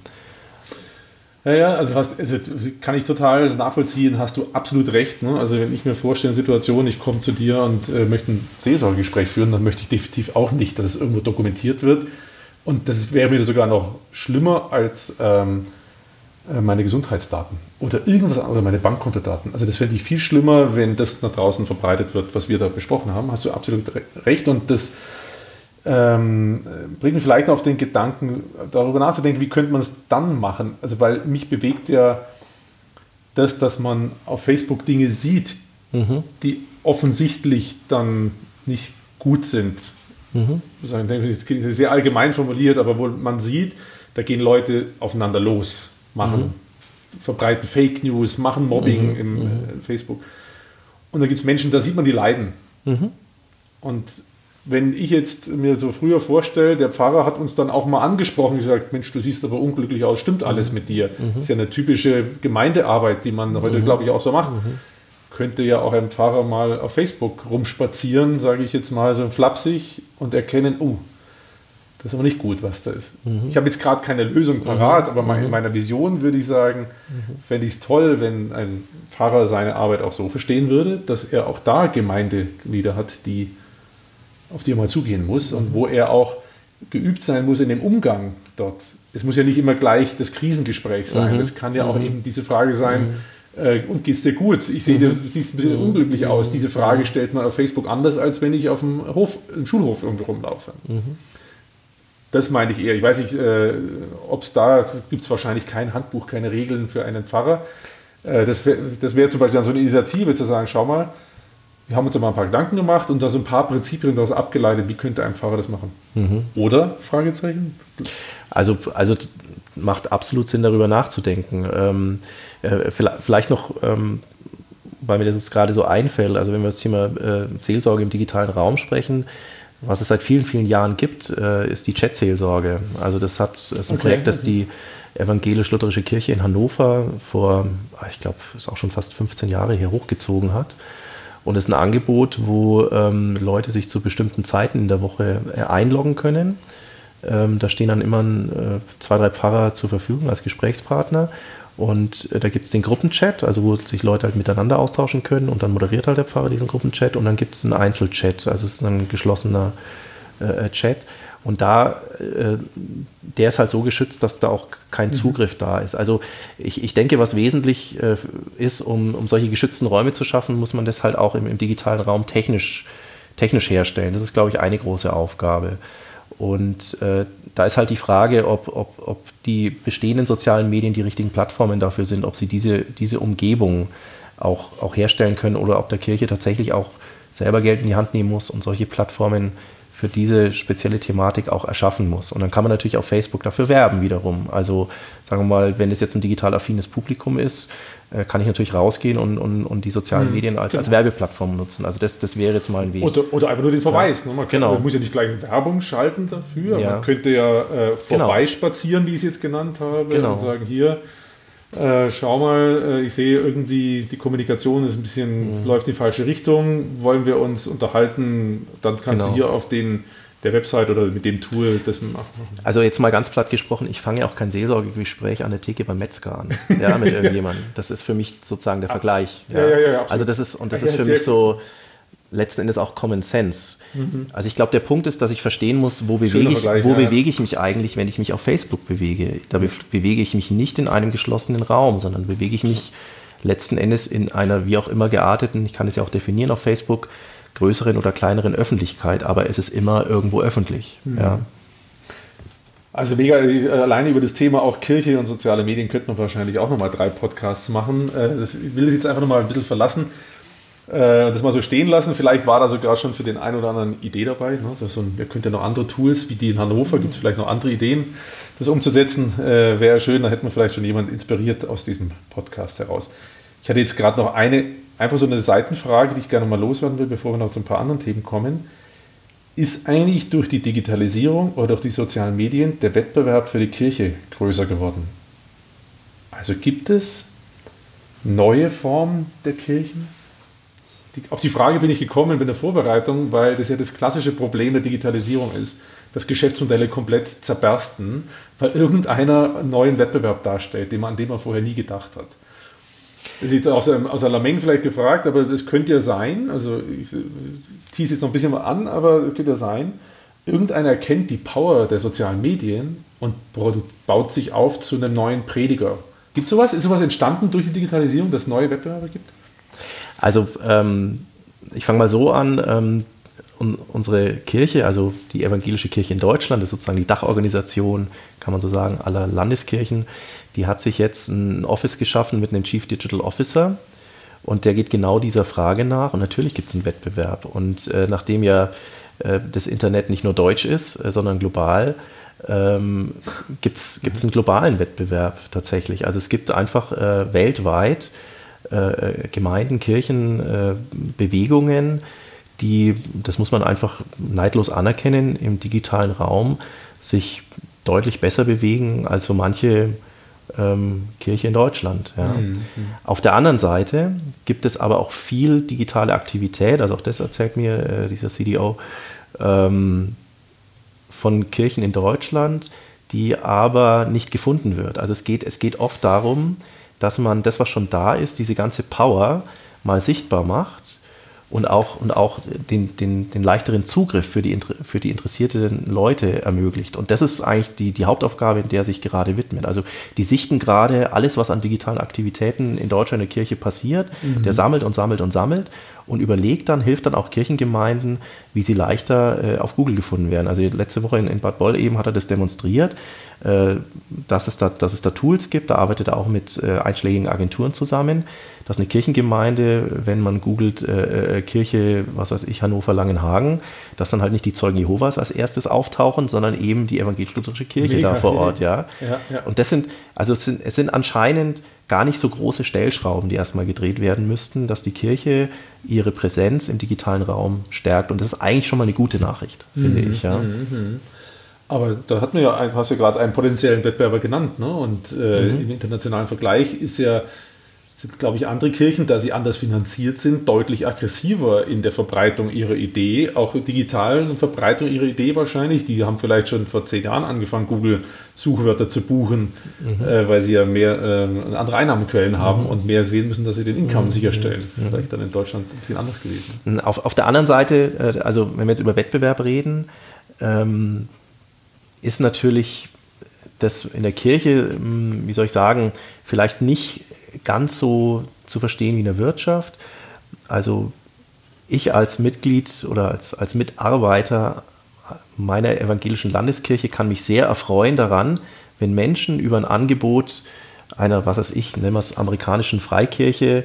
Ja, also kann ich total nachvollziehen, hast du absolut recht. Ne? Also wenn ich mir vorstelle, eine Situation, ich komme zu dir und möchte ein Seelsorgegespräch führen, dann möchte ich definitiv auch nicht, dass es irgendwo dokumentiert wird. Und das wäre mir sogar noch schlimmer als meine Gesundheitsdaten oder irgendwas anderes, oder meine Bankkontodaten. Also das fände ich viel schlimmer, wenn das nach draußen verbreitet wird, was wir da besprochen haben. Hast du absolut recht und das bringt mich vielleicht auf den Gedanken, darüber nachzudenken, wie könnte man es dann machen? Also weil mich bewegt ja das, dass man auf Facebook Dinge sieht, die offensichtlich dann nicht gut sind. Das ist sehr allgemein formuliert, aber wo man sieht, da gehen Leute aufeinander los, verbreiten Fake News, machen Mobbing im Facebook. Und da gibt es Menschen, da sieht man, die leiden. Und wenn ich jetzt mir so früher vorstelle, der Pfarrer hat uns dann auch mal angesprochen, gesagt, Mensch, du siehst aber unglücklich aus, stimmt alles mit dir? Das ist ja eine typische Gemeindearbeit, die man heute, glaube ich, auch so macht. Könnte ja auch ein Pfarrer mal auf Facebook rumspazieren, sage ich jetzt mal so flapsig, und erkennen, das ist aber nicht gut, was da ist. Ich habe jetzt gerade keine Lösung parat, aber in meiner Vision würde ich sagen, fände ich es toll, wenn ein Pfarrer seine Arbeit auch so verstehen würde, dass er auch da Gemeindeglieder hat, auf die er mal zugehen muss und wo er auch geübt sein muss in dem Umgang dort. Es muss ja nicht immer gleich das Krisengespräch sein. Das kann ja auch eben diese Frage sein, und geht's dir gut? Ich sehe, du siehst ein bisschen unglücklich aus. Diese Frage stellt man auf Facebook anders, als wenn ich auf dem Schulhof irgendwo rumlaufe. Das meine ich eher. Ich weiß nicht, ob es da, gibt es wahrscheinlich kein Handbuch, keine Regeln für einen Pfarrer. Das wäre zum Beispiel dann so eine Initiative zu sagen, schau mal, wir haben uns mal ein paar Gedanken gemacht und da so ein paar Prinzipien daraus abgeleitet, wie könnte ein Pfarrer das machen? Oder? Fragezeichen? Also macht absolut Sinn, darüber nachzudenken. Vielleicht noch, weil mir das jetzt gerade so einfällt, also wenn wir das Thema Seelsorge im digitalen Raum sprechen, was es seit vielen, vielen Jahren gibt, ist die Chat-Seelsorge. Also das ist ein Projekt, das die evangelisch-lutherische Kirche in Hannover vor, ich glaube, ist auch schon fast 15 Jahre hier hochgezogen hat. Und es ist ein Angebot, wo Leute sich zu bestimmten Zeiten in der Woche einloggen können. Da stehen dann immer 2, 3 Pfarrer zur Verfügung als Gesprächspartner. Und da gibt es den Gruppenchat, also wo sich Leute halt miteinander austauschen können und dann moderiert halt der Pfarrer diesen Gruppenchat und dann gibt es einen Einzelchat, also es ist ein geschlossener Chat und der ist halt so geschützt, dass da auch kein Zugriff da ist. Also ich denke, was wesentlich ist, um solche geschützten Räume zu schaffen, muss man das halt auch im digitalen Raum technisch herstellen. Das ist, glaube ich, eine große Aufgabe. Und da ist halt die Frage, ob die bestehenden sozialen Medien die richtigen Plattformen dafür sind, ob sie diese Umgebung auch herstellen können oder ob der Kirche tatsächlich auch selber Geld in die Hand nehmen muss und solche Plattformen für diese spezielle Thematik auch erschaffen muss. Und dann kann man natürlich auf Facebook dafür werben wiederum. Also sagen wir mal, wenn es jetzt ein digital affines Publikum ist, kann ich natürlich rausgehen und die sozialen Medien als Werbeplattform nutzen. Also das wäre jetzt mal ein Weg. Oder einfach nur den Verweis. Ja, ne? Man muss ja nicht gleich Werbung schalten dafür. Ja. Man könnte ja vorbeispazieren, wie ich es jetzt genannt habe, und sagen, hier, schau mal, ich sehe irgendwie, die Kommunikation ist ein bisschen, läuft in die falsche Richtung, wollen wir uns unterhalten, dann kannst du hier auf der Website oder mit dem Tool das machen. Also jetzt mal ganz platt gesprochen, ich fange ja auch kein Seelsorgegespräch an der Theke beim Metzger an, mit irgendjemandem. Das ist für mich sozusagen der Vergleich. Ja. Also das ist für mich so letzten Endes auch Common Sense. Also ich glaube, der Punkt ist, dass ich verstehen muss, wo bewege ich mich eigentlich, wenn ich mich auf Facebook bewege. Da bewege ich mich nicht in einem geschlossenen Raum, sondern bewege ich mich letzten Endes in einer wie auch immer gearteten, ich kann es ja auch definieren auf Facebook, größeren oder kleineren Öffentlichkeit, aber es ist immer irgendwo öffentlich. Ja. Also mega, alleine über das Thema auch Kirche und soziale Medien könnten wir wahrscheinlich auch nochmal 3 Podcasts machen. Ich will das jetzt einfach nochmal ein bisschen verlassen, das mal so stehen lassen. Vielleicht war da sogar schon für den einen oder anderen Idee dabei. Wir könnten ja noch andere Tools, wie die in Hannover, gibt es vielleicht noch andere Ideen, das umzusetzen. Wäre schön, da hätten wir vielleicht schon jemand inspiriert aus diesem Podcast heraus. Ich hatte jetzt gerade noch einfach so eine Seitenfrage, die ich gerne mal loswerden will, bevor wir noch zu ein paar anderen Themen kommen. Ist eigentlich durch die Digitalisierung oder durch die sozialen Medien der Wettbewerb für die Kirche größer geworden? Also gibt es neue Formen der Kirchen? Auf die Frage bin ich gekommen bei der Vorbereitung, weil das ja das klassische Problem der Digitalisierung ist, dass Geschäftsmodelle komplett zerbersten, weil irgendeiner einen neuen Wettbewerb darstellt, an den man vorher nie gedacht hat. Das ist jetzt aus der Lameng vielleicht gefragt, aber das könnte ja sein, also ich tease jetzt noch ein bisschen mal an, aber es könnte ja sein, irgendeiner erkennt die Power der sozialen Medien und baut sich auf zu einem neuen Prediger. Gibt es sowas? Ist sowas entstanden durch die Digitalisierung, dass es neue Wettbewerber gibt? Also ich fange mal so an, unsere Kirche, also die evangelische Kirche in Deutschland, ist sozusagen die Dachorganisation, kann man so sagen, aller Landeskirchen, die hat sich jetzt ein Office geschaffen mit einem Chief Digital Officer und der geht genau dieser Frage nach und natürlich gibt es einen Wettbewerb und nachdem ja das Internet nicht nur deutsch ist, sondern global, gibt es einen globalen Wettbewerb tatsächlich. Also es gibt einfach weltweit Gemeinden, Kirchen, Bewegungen, die, das muss man einfach neidlos anerkennen, im digitalen Raum sich deutlich besser bewegen als so manche Kirche in Deutschland. Ja. Auf der anderen Seite gibt es aber auch viel digitale Aktivität, also auch das erzählt mir dieser CDO, von Kirchen in Deutschland, die aber nicht gefunden wird. Also es geht oft darum, dass man das, was schon da ist, diese ganze Power mal sichtbar macht und auch den leichteren Zugriff für die interessierten Leute ermöglicht. Und das ist eigentlich die Hauptaufgabe, in der sich gerade widmet. Also die sichten gerade alles, was an digitalen Aktivitäten in Deutschland in der Kirche passiert, der sammelt und sammelt und sammelt und hilft dann auch Kirchengemeinden, wie sie leichter auf Google gefunden werden. Also letzte Woche in Bad Boll eben hat er das demonstriert, dass es da Tools gibt. Da arbeitet er auch mit einschlägigen Agenturen zusammen, dass eine Kirchengemeinde, wenn man googelt Kirche, was weiß ich, Hannover-Langenhagen, dass dann halt nicht die Zeugen Jehovas als erstes auftauchen, sondern eben die evangelisch-lutherische Kirche da vor Ort. Ja. Und es sind anscheinend gar nicht so große Stellschrauben, die erstmal gedreht werden müssten, dass die Kirche ihre Präsenz im digitalen Raum stärkt. Und das ist eigentlich schon mal eine gute Nachricht, finde ich. Ja. Aber da hast du ja gerade einen potenziellen Wettbewerber genannt. Ne? Und im internationalen Vergleich sind, glaube ich, andere Kirchen, da sie anders finanziert sind, deutlich aggressiver in der Verbreitung ihrer Idee, auch digitalen Verbreitung ihrer Idee wahrscheinlich. Die haben vielleicht schon vor 10 Jahren angefangen, Google-Suchwörter zu buchen, weil sie ja mehr andere Einnahmenquellen haben und mehr sehen müssen, dass sie den Income sicherstellen. Das ist vielleicht dann in Deutschland ein bisschen anders gewesen. Auf der anderen Seite, also wenn wir jetzt über Wettbewerb reden, ist natürlich das in der Kirche, wie soll ich sagen, vielleicht nicht ganz so zu verstehen wie in der Wirtschaft. Also ich als Mitglied oder als Mitarbeiter meiner evangelischen Landeskirche kann mich sehr erfreuen daran, wenn Menschen über ein Angebot einer, was weiß ich, nennen wir es amerikanischen Freikirche,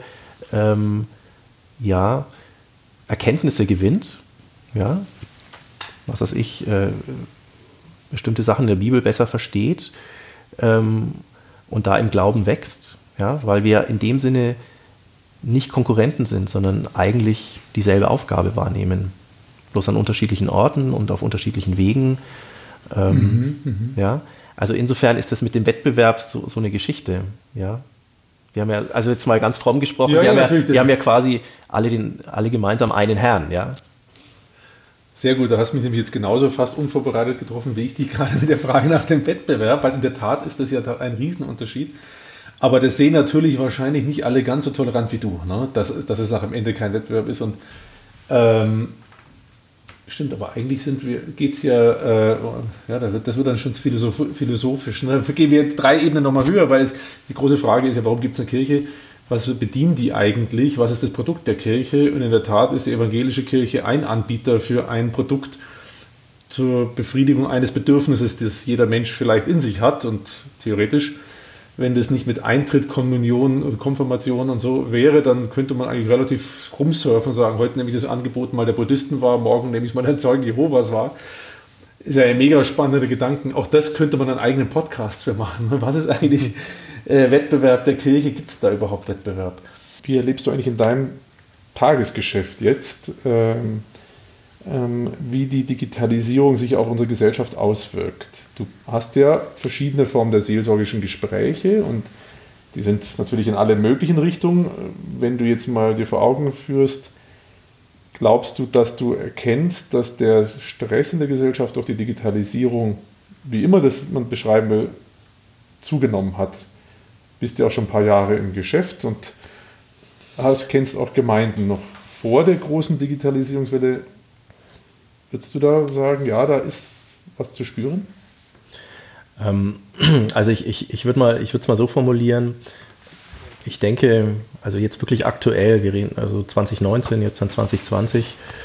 Erkenntnisse gewinnt, ja, was weiß ich, bestimmte Sachen der Bibel besser versteht und da im Glauben wächst. Ja, weil wir in dem Sinne nicht Konkurrenten sind, sondern eigentlich dieselbe Aufgabe wahrnehmen. Bloß an unterschiedlichen Orten und auf unterschiedlichen Wegen. Ja, also insofern ist das mit dem Wettbewerb so eine Geschichte. Ja. Wir haben ja, also jetzt mal ganz fromm gesprochen, wir haben ja quasi alle gemeinsam einen Herrn. Ja. Sehr gut, da hast du mich nämlich jetzt genauso fast unvorbereitet getroffen, wie ich dich gerade mit der Frage nach dem Wettbewerb, weil in der Tat ist das ja ein Riesenunterschied. Aber das sehen natürlich wahrscheinlich nicht alle ganz so tolerant wie du, ne? Dass es auch am Ende kein Wettbewerb ist. Und stimmt, aber eigentlich geht es das wird dann schon philosophisch. Ne? Gehen wir 3 Ebenen nochmal höher, weil die große Frage ist ja, warum gibt es eine Kirche? Was bedienen die eigentlich? Was ist das Produkt der Kirche? Und in der Tat ist die evangelische Kirche ein Anbieter für ein Produkt zur Befriedigung eines Bedürfnisses, das jeder Mensch vielleicht in sich hat und theoretisch. Wenn das nicht mit Eintritt, Kommunion oder Konfirmation und so wäre, dann könnte man eigentlich relativ rumsurfen und sagen, heute nehme ich das Angebot mal der Buddhisten wahr, morgen nehme ich mal der Zeugen Jehovas wahr. Ist ja ein mega spannender Gedanke. Auch das könnte man einen eigenen Podcast für machen. Was ist eigentlich Wettbewerb der Kirche? Gibt es da überhaupt Wettbewerb? Wie erlebst du eigentlich in deinem Tagesgeschäft jetzt, wie die Digitalisierung sich auf unsere Gesellschaft auswirkt? Du hast ja verschiedene Formen der seelsorgerischen Gespräche und die sind natürlich in alle möglichen Richtungen. Wenn du jetzt mal dir vor Augen führst, glaubst du, dass du erkennst, dass der Stress in der Gesellschaft durch die Digitalisierung, wie immer das man beschreiben will, zugenommen hat? Bist ja auch schon ein paar Jahre im Geschäft und kennst auch Gemeinden noch vor der großen Digitalisierungswelle. Würdest du da sagen, ja, da ist was zu spüren? Also ich würde es mal so formulieren, ich denke, also jetzt wirklich aktuell, wir reden also 2019, jetzt dann 2020,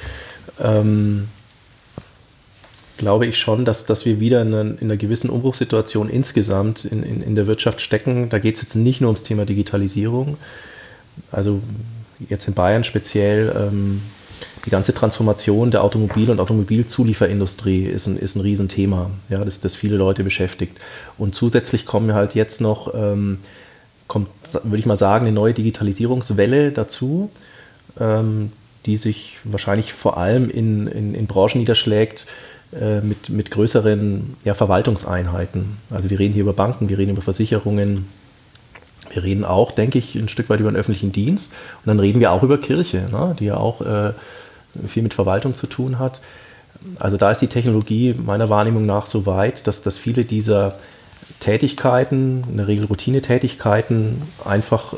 glaube ich schon, dass wir wieder in einer gewissen Umbruchssituation insgesamt in der Wirtschaft stecken. Da geht es jetzt nicht nur ums Thema Digitalisierung, also jetzt in Bayern speziell, die ganze Transformation der Automobil- und Automobilzulieferindustrie ist ein Riesenthema, ja, das viele Leute beschäftigt. Und zusätzlich kommen halt jetzt noch, kommt, würde ich mal sagen, eine neue Digitalisierungswelle dazu, die sich wahrscheinlich vor allem in Branchen niederschlägt, mit größeren Verwaltungseinheiten. Also wir reden hier über Banken, wir reden über Versicherungen, wir reden auch, denke ich, ein Stück weit über den öffentlichen Dienst und dann reden wir auch über Kirche, ne, die ja auch viel mit Verwaltung zu tun hat. Also da ist die Technologie meiner Wahrnehmung nach so weit, dass viele dieser Tätigkeiten, in der Regel Routinetätigkeiten, einfach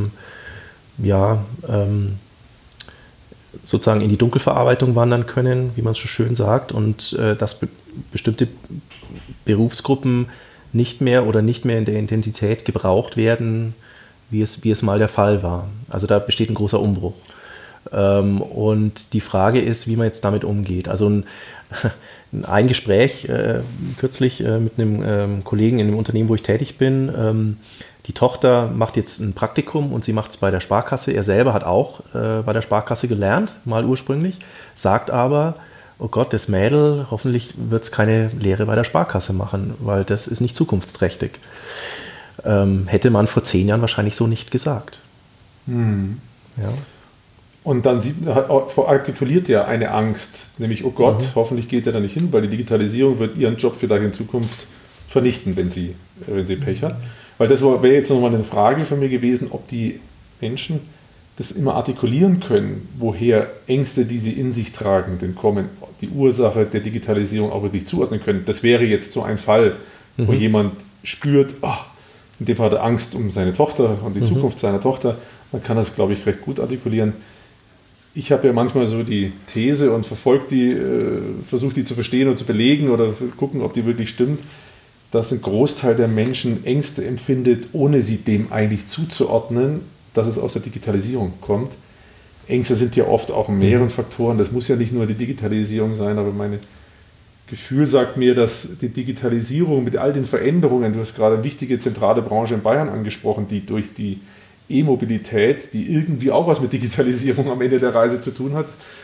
sozusagen in die Dunkelverarbeitung wandern können, wie man es so schön sagt, und dass bestimmte Berufsgruppen nicht mehr in der Intensität gebraucht werden, wie es mal der Fall war. Also da besteht ein großer Umbruch. Und die Frage ist, wie man jetzt damit umgeht. Also ein Gespräch kürzlich mit einem Kollegen in dem Unternehmen, wo ich tätig bin. Die Tochter macht jetzt ein Praktikum und sie macht es bei der Sparkasse. Er selber hat auch bei der Sparkasse gelernt, mal ursprünglich, sagt aber, oh Gott, das Mädel, hoffentlich wird es keine Lehre bei der Sparkasse machen, weil das ist nicht zukunftsträchtig. Hätte man vor 10 Jahren wahrscheinlich so nicht gesagt. Ja. Und dann artikuliert er eine Angst, nämlich, oh Gott, hoffentlich geht er da nicht hin, weil die Digitalisierung wird ihren Job vielleicht in Zukunft vernichten, wenn sie Pech hat. Weil das wäre jetzt nochmal eine Frage von mir gewesen, ob die Menschen das immer artikulieren können, woher Ängste, die sie in sich tragen, denn kommen, die Ursache der Digitalisierung auch wirklich zuordnen können. Das wäre jetzt so ein Fall, wo jemand spürt, in dem Fall hat er Angst um seine Tochter und die Zukunft seiner Tochter. Man kann das, glaube ich, recht gut artikulieren. Ich habe ja manchmal so die These und versuche die zu verstehen und zu belegen oder gucken, ob die wirklich stimmt, dass ein Großteil der Menschen Ängste empfindet, ohne sie dem eigentlich zuzuordnen, dass es aus der Digitalisierung kommt. Ängste sind ja oft auch in mehreren Faktoren. Das muss ja nicht nur die Digitalisierung sein, aber mein Gefühl sagt mir, dass die Digitalisierung mit all den Veränderungen, du hast gerade eine wichtige zentrale Branche in Bayern angesprochen, die durch die E-Mobilität, die irgendwie auch was mit Digitalisierung am Ende der Reise zu tun hat,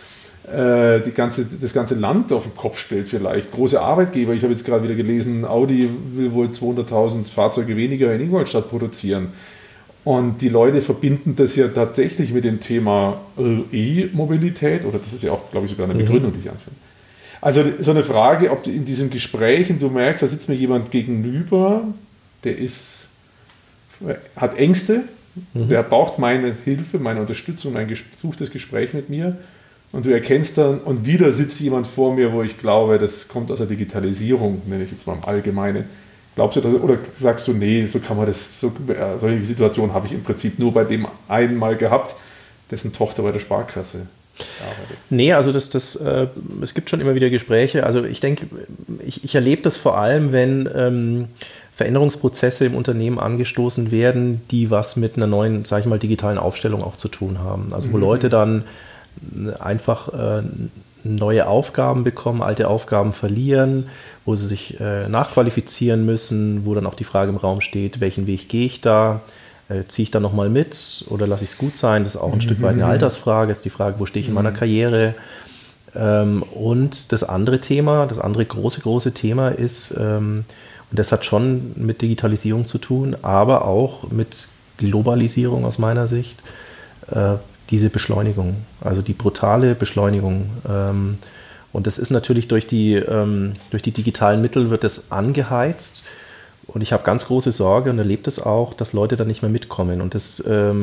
das ganze Land auf den Kopf stellt vielleicht. Große Arbeitgeber, ich habe jetzt gerade wieder gelesen, Audi will wohl 200.000 Fahrzeuge weniger in Ingolstadt produzieren. Und die Leute verbinden das ja tatsächlich mit dem Thema E-Mobilität, oder das ist ja auch, glaube ich, sogar eine Begründung, die sie anführen. Also so eine Frage, ob du in diesen Gesprächen, du merkst, da sitzt mir jemand gegenüber, der hat Ängste, der braucht meine Hilfe, meine Unterstützung, mein gesuchtes Gespräch mit mir. Und du erkennst dann, und wieder sitzt jemand vor mir, wo ich glaube, das kommt aus der Digitalisierung, nenne ich es jetzt mal im Allgemeinen. Glaubst du das, oder sagst du, nee, so kann man das, solche Situation habe ich im Prinzip nur bei dem einen Mal gehabt, dessen Tochter bei der Sparkasse arbeitet? Nee, also es gibt schon immer wieder Gespräche. Also ich denke, ich erlebe das vor allem, wenn Veränderungsprozesse im Unternehmen angestoßen werden, die was mit einer neuen, sage ich mal, digitalen Aufstellung auch zu tun haben. Also wo Leute dann einfach neue Aufgaben bekommen, alte Aufgaben verlieren, wo sie sich nachqualifizieren müssen, wo dann auch die Frage im Raum steht, welchen Weg gehe ich da? Ziehe ich da nochmal mit oder lasse ich es gut sein? Das ist auch ein Stück weit eine Altersfrage, ist die Frage, wo stehe ich in meiner Karriere? Und das andere Thema, das andere große Thema ist, und das hat schon mit Digitalisierung zu tun, aber auch mit Globalisierung aus meiner Sicht, diese Beschleunigung, also die brutale Beschleunigung. Und das ist natürlich durch die digitalen Mittel wird das angeheizt. Und ich habe ganz große Sorge und erlebe das auch, dass Leute da nicht mehr mitkommen. Und das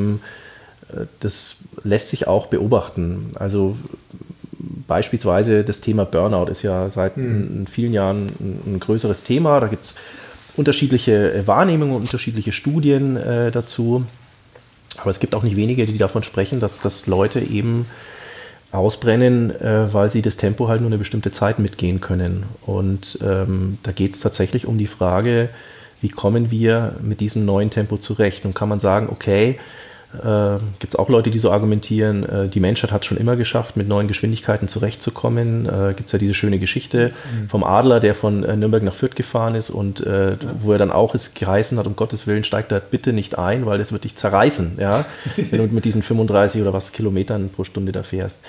lässt sich auch beobachten. Also beispielsweise das Thema Burnout ist ja seit vielen Jahren ein größeres Thema. Da gibt es unterschiedliche Wahrnehmungen und unterschiedliche Studien dazu. Aber es gibt auch nicht wenige, die davon sprechen, dass Leute eben ausbrennen, weil sie das Tempo halt nur eine bestimmte Zeit mitgehen können. Und da geht es tatsächlich um die Frage, wie kommen wir mit diesem neuen Tempo zurecht? Und kann man sagen, okay, gibt es auch Leute, die so argumentieren, die Menschheit hat es schon immer geschafft, mit neuen Geschwindigkeiten zurechtzukommen. Gibt es ja diese schöne Geschichte vom Adler, der von Nürnberg nach Fürth gefahren ist und wo er dann auch es geheißen hat, um Gottes Willen steig da bitte nicht ein, weil das wird dich zerreißen, ja? Wenn du mit diesen 35 oder was Kilometern pro Stunde da fährst.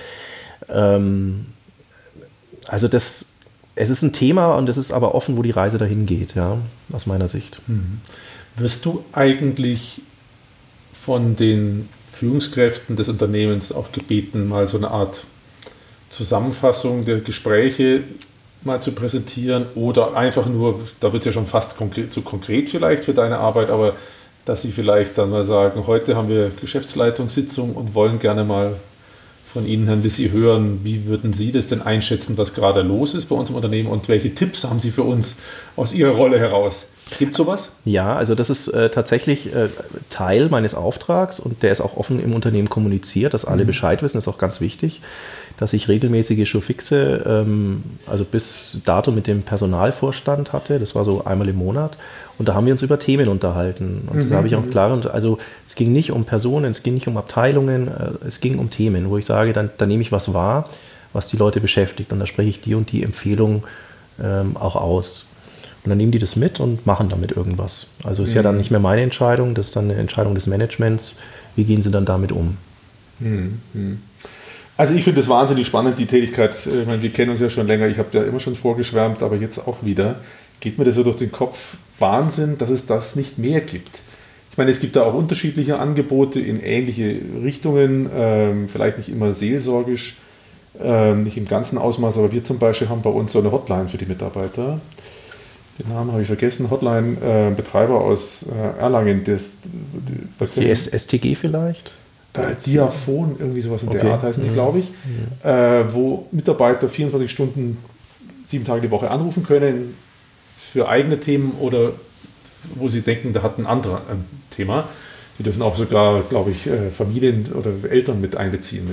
Also es ist ein Thema und es ist aber offen, wo die Reise dahin geht, ja, aus meiner Sicht. Wirst du eigentlich von den Führungskräften des Unternehmens auch gebeten, mal so eine Art Zusammenfassung der Gespräche mal zu präsentieren oder einfach nur, da wird es ja schon fast zu konkret vielleicht für deine Arbeit, aber dass sie vielleicht dann mal sagen, heute haben wir Geschäftsleitungssitzung und wollen gerne mal von Ihnen, Herrn Lissi, hören, wie würden Sie das denn einschätzen, was gerade los ist bei uns im Unternehmen und welche Tipps haben Sie für uns aus Ihrer Rolle heraus? Gibt es sowas? Ja, also das ist tatsächlich Teil meines Auftrags und der ist auch offen im Unternehmen kommuniziert, dass alle Bescheid wissen, ist auch ganz wichtig, dass ich regelmäßige Showfixe, also bis dato mit dem Personalvorstand hatte, das war so einmal im Monat und da haben wir uns über Themen unterhalten und da habe ich auch klar, also es ging nicht um Personen, es ging nicht um Abteilungen, es ging um Themen, wo ich sage, dann nehme ich was wahr, was die Leute beschäftigt und da spreche ich die und die Empfehlung auch aus. Und dann nehmen die das mit und machen damit irgendwas. Also ist ja dann nicht mehr meine Entscheidung, das ist dann eine Entscheidung des Managements. Wie gehen sie dann damit um? Also ich finde es wahnsinnig spannend, die Tätigkeit. Ich meine, wir kennen uns ja schon länger, ich habe da immer schon vorgeschwärmt, aber jetzt auch wieder. Geht mir das so durch den Kopf, Wahnsinn, dass es das nicht mehr gibt. Ich meine, es gibt da auch unterschiedliche Angebote in ähnliche Richtungen, vielleicht nicht immer seelsorgisch, nicht im ganzen Ausmaß, aber wir zum Beispiel haben bei uns so eine Hotline für die Mitarbeiter. Den Namen habe ich vergessen, Hotline-Betreiber aus Erlangen. Was die STG vielleicht? Diaphon, irgendwie sowas in der Art heißen die, glaube ich, wo Mitarbeiter 24 Stunden, 7 Tage die Woche anrufen können für eigene Themen oder wo sie denken, da hat ein anderer ein Thema. Die dürfen auch sogar, glaube ich, Familien oder Eltern mit einbeziehen.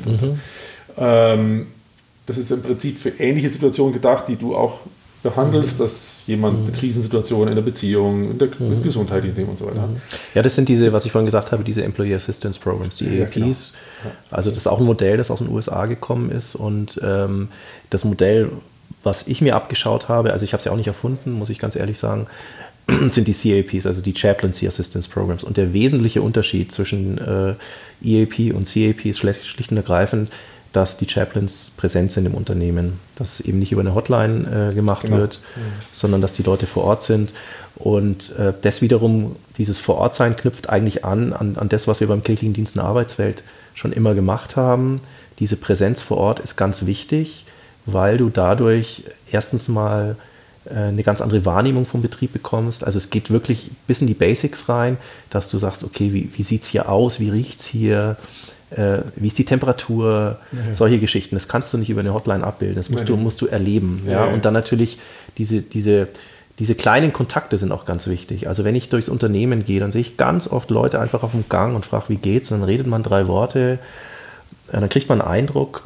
Das ist im Prinzip für ähnliche Situationen gedacht, die du auch behandelst, dass jemand eine Krisensituation in der Beziehung, in der gesundheitlichen Themen und so weiter. Ja, das sind diese, was ich vorhin gesagt habe, diese Employee Assistance Programs, die EAPs. Genau. Ja. Also das ist auch ein Modell, das aus den USA gekommen ist und das Modell, was ich mir abgeschaut habe, also ich habe es ja auch nicht erfunden, muss ich ganz ehrlich sagen, sind die CAPs, also die Chaplaincy Assistance Programs. Und der wesentliche Unterschied zwischen EAP und CAP ist schlicht und ergreifend, dass die Chaplains präsent sind im Unternehmen, dass es eben nicht über eine Hotline gemacht wird, sondern dass die Leute vor Ort sind. Und das wiederum, dieses Vorortsein knüpft eigentlich an das, was wir beim kirchlichen Dienst in der Arbeitswelt schon immer gemacht haben. Diese Präsenz vor Ort ist ganz wichtig, weil du dadurch erstens mal eine ganz andere Wahrnehmung vom Betrieb bekommst. Also es geht wirklich bis in die Basics rein, dass du sagst, okay, wie sieht es hier aus, wie riecht es hier, wie ist die Temperatur, solche Geschichten. Das kannst du nicht über eine Hotline abbilden, das musst du erleben. Ja? Und dann natürlich diese kleinen Kontakte sind auch ganz wichtig. Also wenn ich durchs Unternehmen gehe, dann sehe ich ganz oft Leute einfach auf dem Gang und frage, wie geht's? Und dann redet man 3 Worte, dann kriegt man einen Eindruck,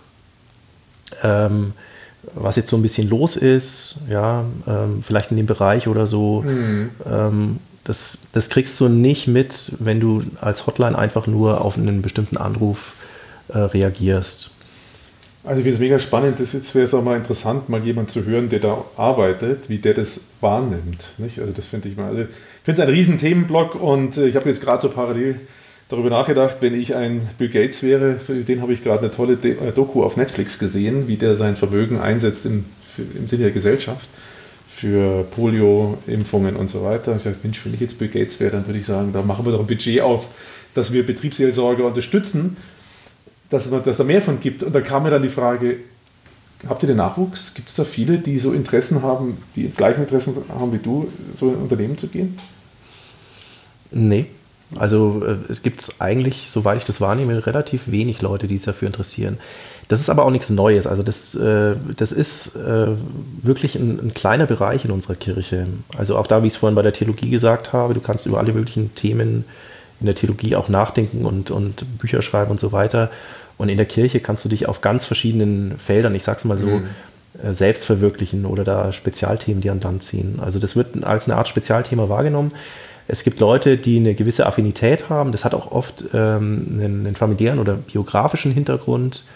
was jetzt so ein bisschen los ist, ja, vielleicht in dem Bereich oder so. Das kriegst du nicht mit, wenn du als Hotline einfach nur auf einen bestimmten Anruf reagierst. Also ich finde es mega spannend, jetzt wäre es auch mal interessant, mal jemanden zu hören, der da arbeitet, wie der das wahrnimmt. Nicht? Also das finde ich mal, also ich finde es ein riesen Themenblock und ich habe jetzt gerade so parallel darüber nachgedacht, wenn ich ein Bill Gates wäre, für den habe ich gerade eine tolle Doku auf Netflix gesehen, wie der sein Vermögen einsetzt im Sinne der Gesellschaft für Polio-Impfungen und so weiter. Ich dachte, Mensch, wenn ich jetzt Bill Gates wäre, dann würde ich sagen, da machen wir doch ein Budget auf, dass wir Betriebsseelsorger unterstützen, dass da mehr von gibt. Und da kam mir dann die Frage, habt ihr den Nachwuchs? Gibt es da viele, die so Interessen haben, die gleichen Interessen haben wie du, so in Unternehmen zu gehen? Nee. Also es gibt eigentlich, soweit ich das wahrnehme, relativ wenig Leute, die sich dafür interessieren. Das ist aber auch nichts Neues. Also das ist wirklich ein kleiner Bereich in unserer Kirche. Also auch da, wie ich es vorhin bei der Theologie gesagt habe, du kannst über alle möglichen Themen in der Theologie auch nachdenken und Bücher schreiben und so weiter. Und in der Kirche kannst du dich auf ganz verschiedenen Feldern, ich sag's mal so, selbst verwirklichen oder da Spezialthemen dir an Land ziehen. Also das wird als eine Art Spezialthema wahrgenommen. Es gibt Leute, die eine gewisse Affinität haben. Das hat auch oft einen familiären oder biografischen Hintergrund.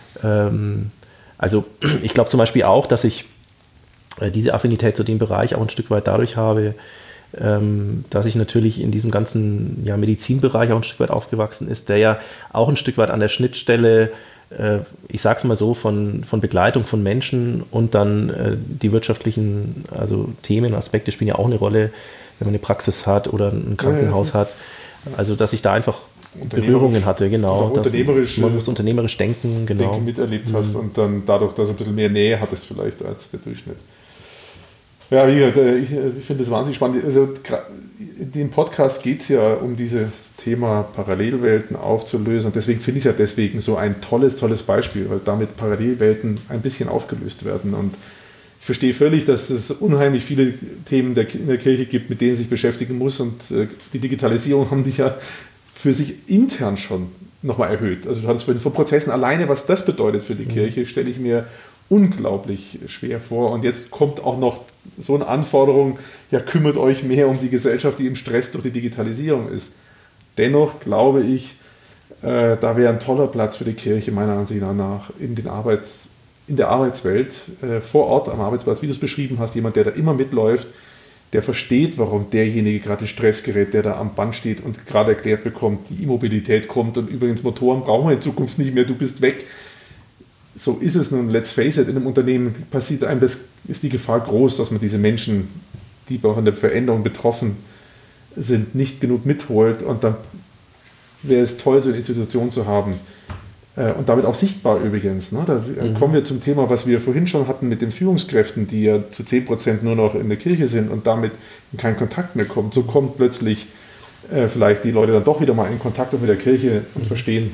Also ich glaube zum Beispiel auch, dass ich diese Affinität zu dem Bereich auch ein Stück weit dadurch habe, dass ich natürlich in diesem ganzen Medizinbereich auch ein Stück weit aufgewachsen ist, der ja auch ein Stück weit an der Schnittstelle, ich sage es mal so, von Begleitung von Menschen und dann die wirtschaftlichen Themen und Aspekte spielen ja auch eine Rolle, wenn man eine Praxis hat oder ein Krankenhaus hat. Also dass ich da einfach Berührungen hatte, genau. Man muss unternehmerisch denken, genau. Denken miterlebt hast und dann dadurch, dass du ein bisschen mehr Nähe hattest vielleicht als der Durchschnitt. Ja, ich finde das wahnsinnig spannend. Also in dem Podcast geht es ja um dieses Thema Parallelwelten aufzulösen und deswegen finde ich es ja so ein tolles Beispiel, weil damit Parallelwelten ein bisschen aufgelöst werden und ich ich verstehe völlig, dass es unheimlich viele Themen in der Kirche gibt, mit denen sich beschäftigen muss, und die Digitalisierung haben dich ja für sich intern schon nochmal erhöht. Also du hattest von Prozessen alleine, was das bedeutet für die Kirche, stelle ich mir unglaublich schwer vor. Und jetzt kommt auch noch so eine Anforderung, ja, kümmert euch mehr um die Gesellschaft, die im Stress durch die Digitalisierung ist. Dennoch glaube ich, da wäre ein toller Platz für die Kirche meiner Ansicht nach in der Arbeitswelt, vor Ort am Arbeitsplatz, wie du es beschrieben hast, jemand, der da immer mitläuft, der versteht, warum derjenige gerade in Stress gerät, der da am Band steht und gerade erklärt bekommt, die Immobilität kommt und übrigens Motoren brauchen wir in Zukunft nicht mehr, du bist weg. So ist es nun, let's face it, in einem Unternehmen passiert einem das, ist die Gefahr groß, dass man diese Menschen, die von der Veränderung betroffen sind, nicht genug mitholt, und dann wäre es toll, so eine Institution zu haben. Und damit auch sichtbar übrigens. Ne? Da kommen wir zum Thema, was wir vorhin schon hatten mit den Führungskräften, die ja zu 10% nur noch in der Kirche sind und damit in keinen Kontakt mehr kommen. So kommt plötzlich vielleicht die Leute dann doch wieder mal in Kontakt mit der Kirche und verstehen,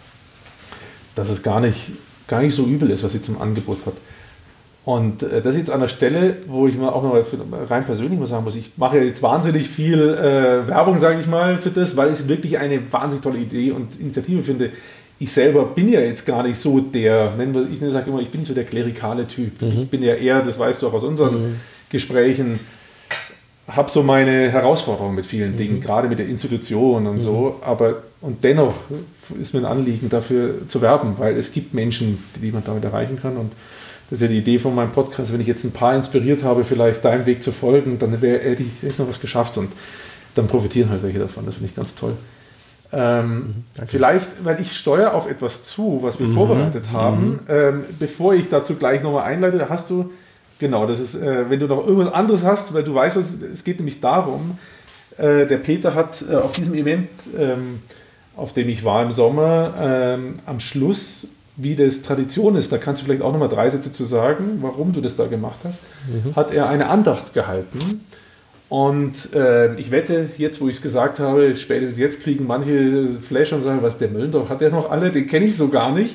dass es gar nicht so übel ist, was sie zum Angebot hat. Und das ist jetzt an der Stelle, wo ich mal auch noch rein persönlich mal sagen muss, ich mache jetzt wahnsinnig viel Werbung, sage ich mal, für das, weil ich es wirklich eine wahnsinnig tolle Idee und Initiative finde. Ich selber bin ja jetzt gar nicht so ich sage immer, ich bin nicht so der klerikale Typ. Ich bin ja eher, das weißt du auch aus unseren Gesprächen, habe so meine Herausforderungen mit vielen Dingen, gerade mit der Institution und so, und dennoch ist mir ein Anliegen, dafür zu werben, weil es gibt Menschen, die man damit erreichen kann, und das ist ja die Idee von meinem Podcast, wenn ich jetzt ein paar inspiriert habe, vielleicht deinem Weg zu folgen, dann hätte ich noch was geschafft, und dann profitieren halt welche davon, das finde ich ganz toll. Vielleicht, weil ich steuere auf etwas zu, was wir vorbereitet haben, bevor ich dazu gleich nochmal einleite, hast du, genau, das ist, wenn du noch irgendwas anderes hast, weil du weißt, es geht nämlich darum, der Peter hat auf diesem Event, auf dem ich war im Sommer, am Schluss, wie das Tradition ist, da kannst du vielleicht auch nochmal 3 Sätze zu sagen, warum du das da gemacht hast, hat er eine Andacht gehalten. Und ich wette, jetzt wo ich es gesagt habe, spätestens jetzt kriegen manche Flash und sagen, was, der Möllendorf, hat der noch alle? Den kenne ich so gar nicht.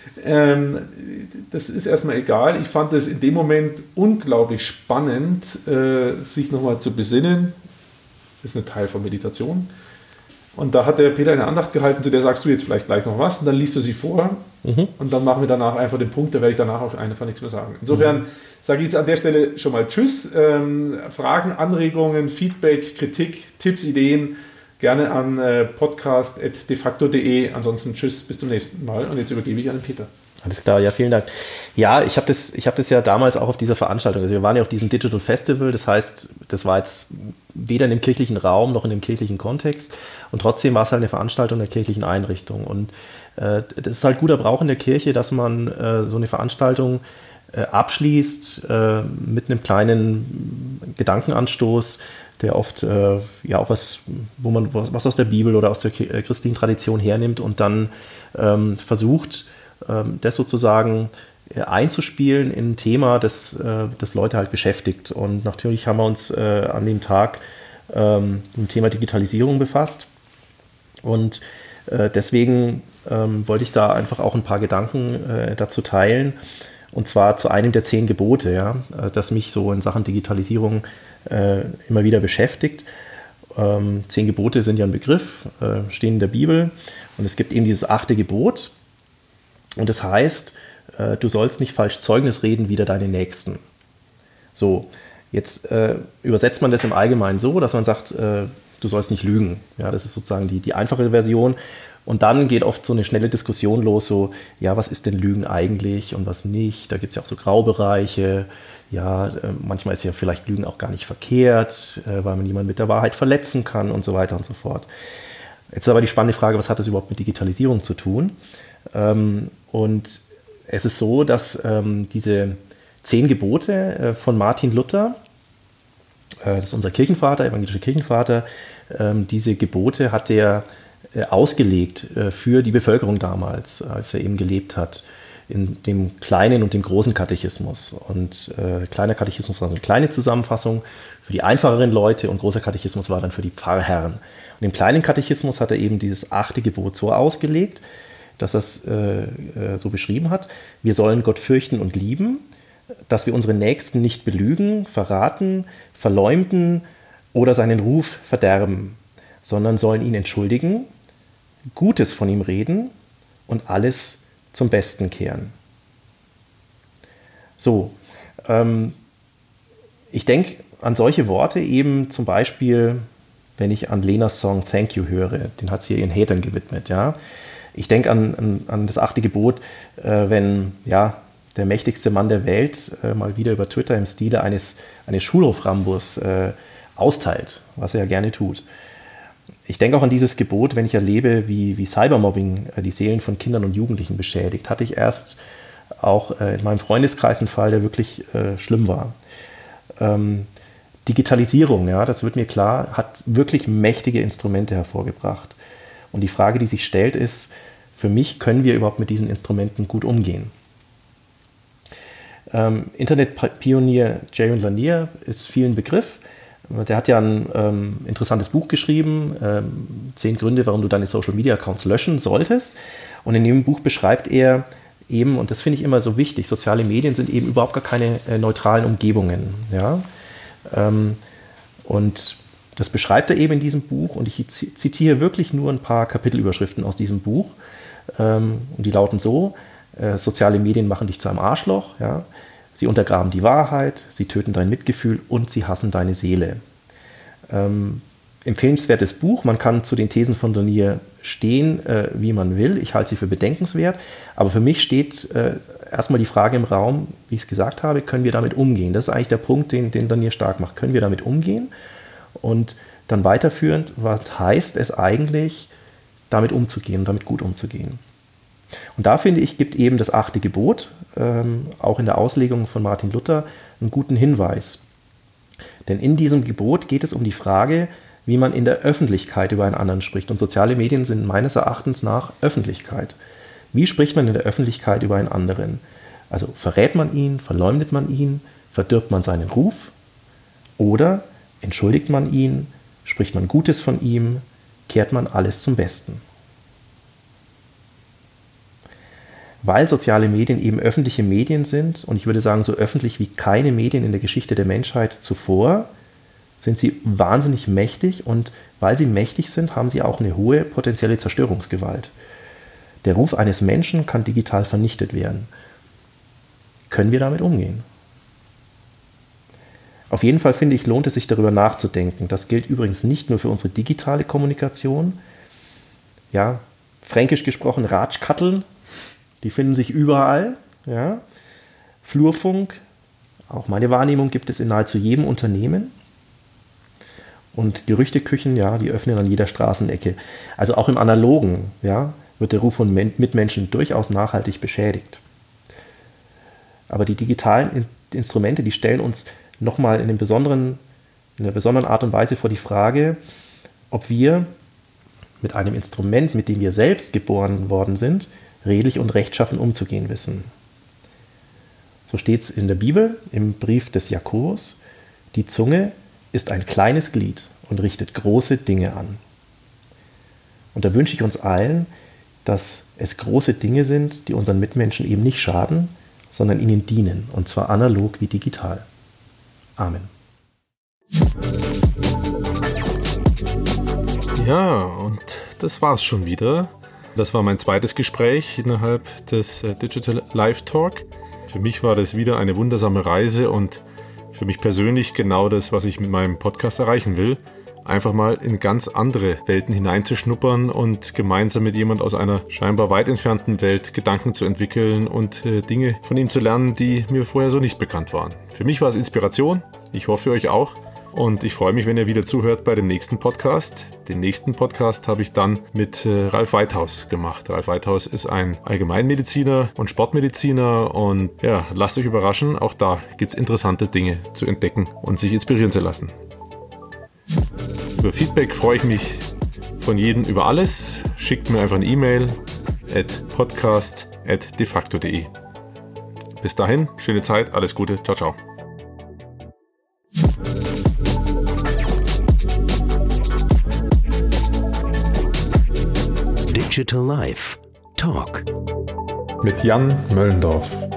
Das ist erstmal egal. Ich fand es in dem Moment unglaublich spannend, sich nochmal zu besinnen. Das ist ein Teil von Meditation. Und da hat der Peter eine Andacht gehalten, zu der sagst du jetzt vielleicht gleich noch was, und dann liest du sie vor, und dann machen wir danach einfach den Punkt, da werde ich danach auch einfach nichts mehr sagen. Insofern sage ich jetzt an der Stelle schon mal Tschüss. Fragen, Anregungen, Feedback, Kritik, Tipps, Ideen gerne an podcast@defacto.de. Ansonsten Tschüss, bis zum nächsten Mal, und jetzt übergebe ich an den Peter. Alles klar, ja, vielen Dank. Ja, ich hab das ja damals auch auf dieser Veranstaltung, also wir waren ja auf diesem Digital Festival, das heißt, das war jetzt weder in dem kirchlichen Raum noch in dem kirchlichen Kontext, und trotzdem war es halt eine Veranstaltung der kirchlichen Einrichtung, und das ist halt guter Brauch in der Kirche, dass man so eine Veranstaltung abschließt mit einem kleinen Gedankenanstoß, der oft ja auch was aus der Bibel oder aus der christlichen Tradition hernimmt und dann versucht, das sozusagen einzuspielen in ein Thema, das Leute halt beschäftigt. Und natürlich haben wir uns an dem Tag mit dem Thema Digitalisierung befasst. Und deswegen wollte ich da einfach auch ein paar Gedanken dazu teilen. Und zwar zu einem der 10 Gebote, ja, das mich so in Sachen Digitalisierung immer wieder beschäftigt. 10 Gebote sind ja ein Begriff, stehen in der Bibel. Und es gibt eben dieses 8. Gebot. Und das heißt, du sollst nicht falsch Zeugnis reden wider deine Nächsten. So, jetzt übersetzt man das im Allgemeinen so, dass man sagt, du sollst nicht lügen. Ja, das ist sozusagen die einfache Version. Und dann geht oft so eine schnelle Diskussion los, so, ja, was ist denn Lügen eigentlich und was nicht? Da gibt es ja auch so Graubereiche. Ja, manchmal ist ja vielleicht Lügen auch gar nicht verkehrt, weil man jemanden mit der Wahrheit verletzen kann und so weiter und so fort. Jetzt ist aber die spannende Frage, was hat das überhaupt mit Digitalisierung zu tun? Und es ist so, dass diese 10 Gebote von Martin Luther, das ist unser Kirchenvater, evangelischer Kirchenvater, diese Gebote hat er ausgelegt für die Bevölkerung damals, als er eben gelebt hat, in dem kleinen und dem großen Katechismus. Und kleiner Katechismus war so eine kleine Zusammenfassung für die einfacheren Leute, und großer Katechismus war dann für die Pfarrherren. Und im kleinen Katechismus hat er eben dieses 8. Gebot so ausgelegt, dass er es so beschrieben hat: Wir sollen Gott fürchten und lieben, dass wir unsere Nächsten nicht belügen, verraten, verleumden oder seinen Ruf verderben, sondern sollen ihn entschuldigen, Gutes von ihm reden und alles zum Besten kehren. So, ich denke an solche Worte eben zum Beispiel, wenn ich an Lenas Song Thank You höre, den hat sie ihren Hatern gewidmet, ja. Ich denke an das 8. Gebot, wenn der mächtigste Mann der Welt mal wieder über Twitter im Stile eines Schulhoframbus austeilt, was er ja gerne tut. Ich denke auch an dieses Gebot, wenn ich erlebe, wie Cybermobbing die Seelen von Kindern und Jugendlichen beschädigt. Hatte ich erst auch in meinem Freundeskreis einen Fall, der wirklich schlimm war. Digitalisierung, ja, das wird mir klar, hat wirklich mächtige Instrumente hervorgebracht. Und die Frage, die sich stellt, ist, für mich, können wir überhaupt mit diesen Instrumenten gut umgehen? Internetpionier Jaron Lanier ist vielen Begriff. Der hat ja ein interessantes Buch geschrieben, 10 Gründe, warum du deine Social-Media-Accounts löschen solltest. Und in dem Buch beschreibt er eben, und das finde ich immer so wichtig, soziale Medien sind eben überhaupt gar keine neutralen Umgebungen. Ja? Und das beschreibt er eben in diesem Buch, und ich zitiere wirklich nur ein paar Kapitelüberschriften aus diesem Buch. Und die lauten so: Soziale Medien machen dich zu einem Arschloch, ja? Sie untergraben die Wahrheit, sie töten dein Mitgefühl und sie hassen deine Seele. Empfehlenswertes Buch, man kann zu den Thesen von Lanier stehen, wie man will. Ich halte sie für bedenkenswert, aber für mich steht erstmal die Frage im Raum, wie ich es gesagt habe, können wir damit umgehen? Das ist eigentlich der Punkt, den Lanier stark macht. Können wir damit umgehen? Und dann weiterführend, was heißt es eigentlich, damit umzugehen, damit gut umzugehen? Und da, finde ich, gibt eben das 8. Gebot, auch in der Auslegung von Martin Luther, einen guten Hinweis. Denn in diesem Gebot geht es um die Frage, wie man in der Öffentlichkeit über einen anderen spricht. Und soziale Medien sind meines Erachtens nach Öffentlichkeit. Wie spricht man in der Öffentlichkeit über einen anderen? Also verrät man ihn, verleumdet man ihn, verdirbt man seinen Ruf? Oder entschuldigt man ihn, spricht man Gutes von ihm, kehrt man alles zum Besten? Weil soziale Medien eben öffentliche Medien sind, und ich würde sagen, so öffentlich wie keine Medien in der Geschichte der Menschheit zuvor, sind sie wahnsinnig mächtig, und weil sie mächtig sind, haben sie auch eine hohe potenzielle Zerstörungsgewalt. Der Ruf eines Menschen kann digital vernichtet werden. Können wir damit umgehen? Auf jeden Fall, finde ich, lohnt es sich, darüber nachzudenken. Das gilt übrigens nicht nur für unsere digitale Kommunikation. Ja, fränkisch gesprochen, Ratschkatteln, die finden sich überall. Ja. Flurfunk, auch meine Wahrnehmung, gibt es in nahezu jedem Unternehmen. Und Gerüchteküchen, ja, die öffnen an jeder Straßenecke. Also auch im Analogen, ja, wird der Ruf von Mitmenschen durchaus nachhaltig beschädigt. Aber die digitalen Instrumente, die stellen uns nochmal in einer besonderen Art und Weise vor die Frage, ob wir mit einem Instrument, mit dem wir selbst geboren worden sind, redlich und rechtschaffen umzugehen wissen. So steht es in der Bibel, im Brief des Jakobus: Die Zunge ist ein kleines Glied und richtet große Dinge an. Und da wünsche ich uns allen, dass es große Dinge sind, die unseren Mitmenschen eben nicht schaden, sondern ihnen dienen, und zwar analog wie digital. Amen. Ja, und das war's schon wieder. Das war mein zweites Gespräch innerhalb des Digital Live Talk. Für mich war das wieder eine wundersame Reise und für mich persönlich genau das, was ich mit meinem Podcast erreichen will. Einfach mal in ganz andere Welten hineinzuschnuppern und gemeinsam mit jemand aus einer scheinbar weit entfernten Welt Gedanken zu entwickeln und Dinge von ihm zu lernen, die mir vorher so nicht bekannt waren. Für mich war es Inspiration, ich hoffe für euch auch. Und ich freue mich, wenn ihr wieder zuhört bei dem nächsten Podcast. Den nächsten Podcast habe ich dann mit Ralf Weithaus gemacht. Ralf Weithaus ist ein Allgemeinmediziner und Sportmediziner und ja, lasst euch überraschen, auch da gibt es interessante Dinge zu entdecken und sich inspirieren zu lassen. Über Feedback freue ich mich von jedem über alles. Schickt mir einfach eine E-Mail @podcast@defacto.de. Bis dahin, schöne Zeit, alles Gute, ciao, ciao. Digital Life Talk mit Jan Möllendorf.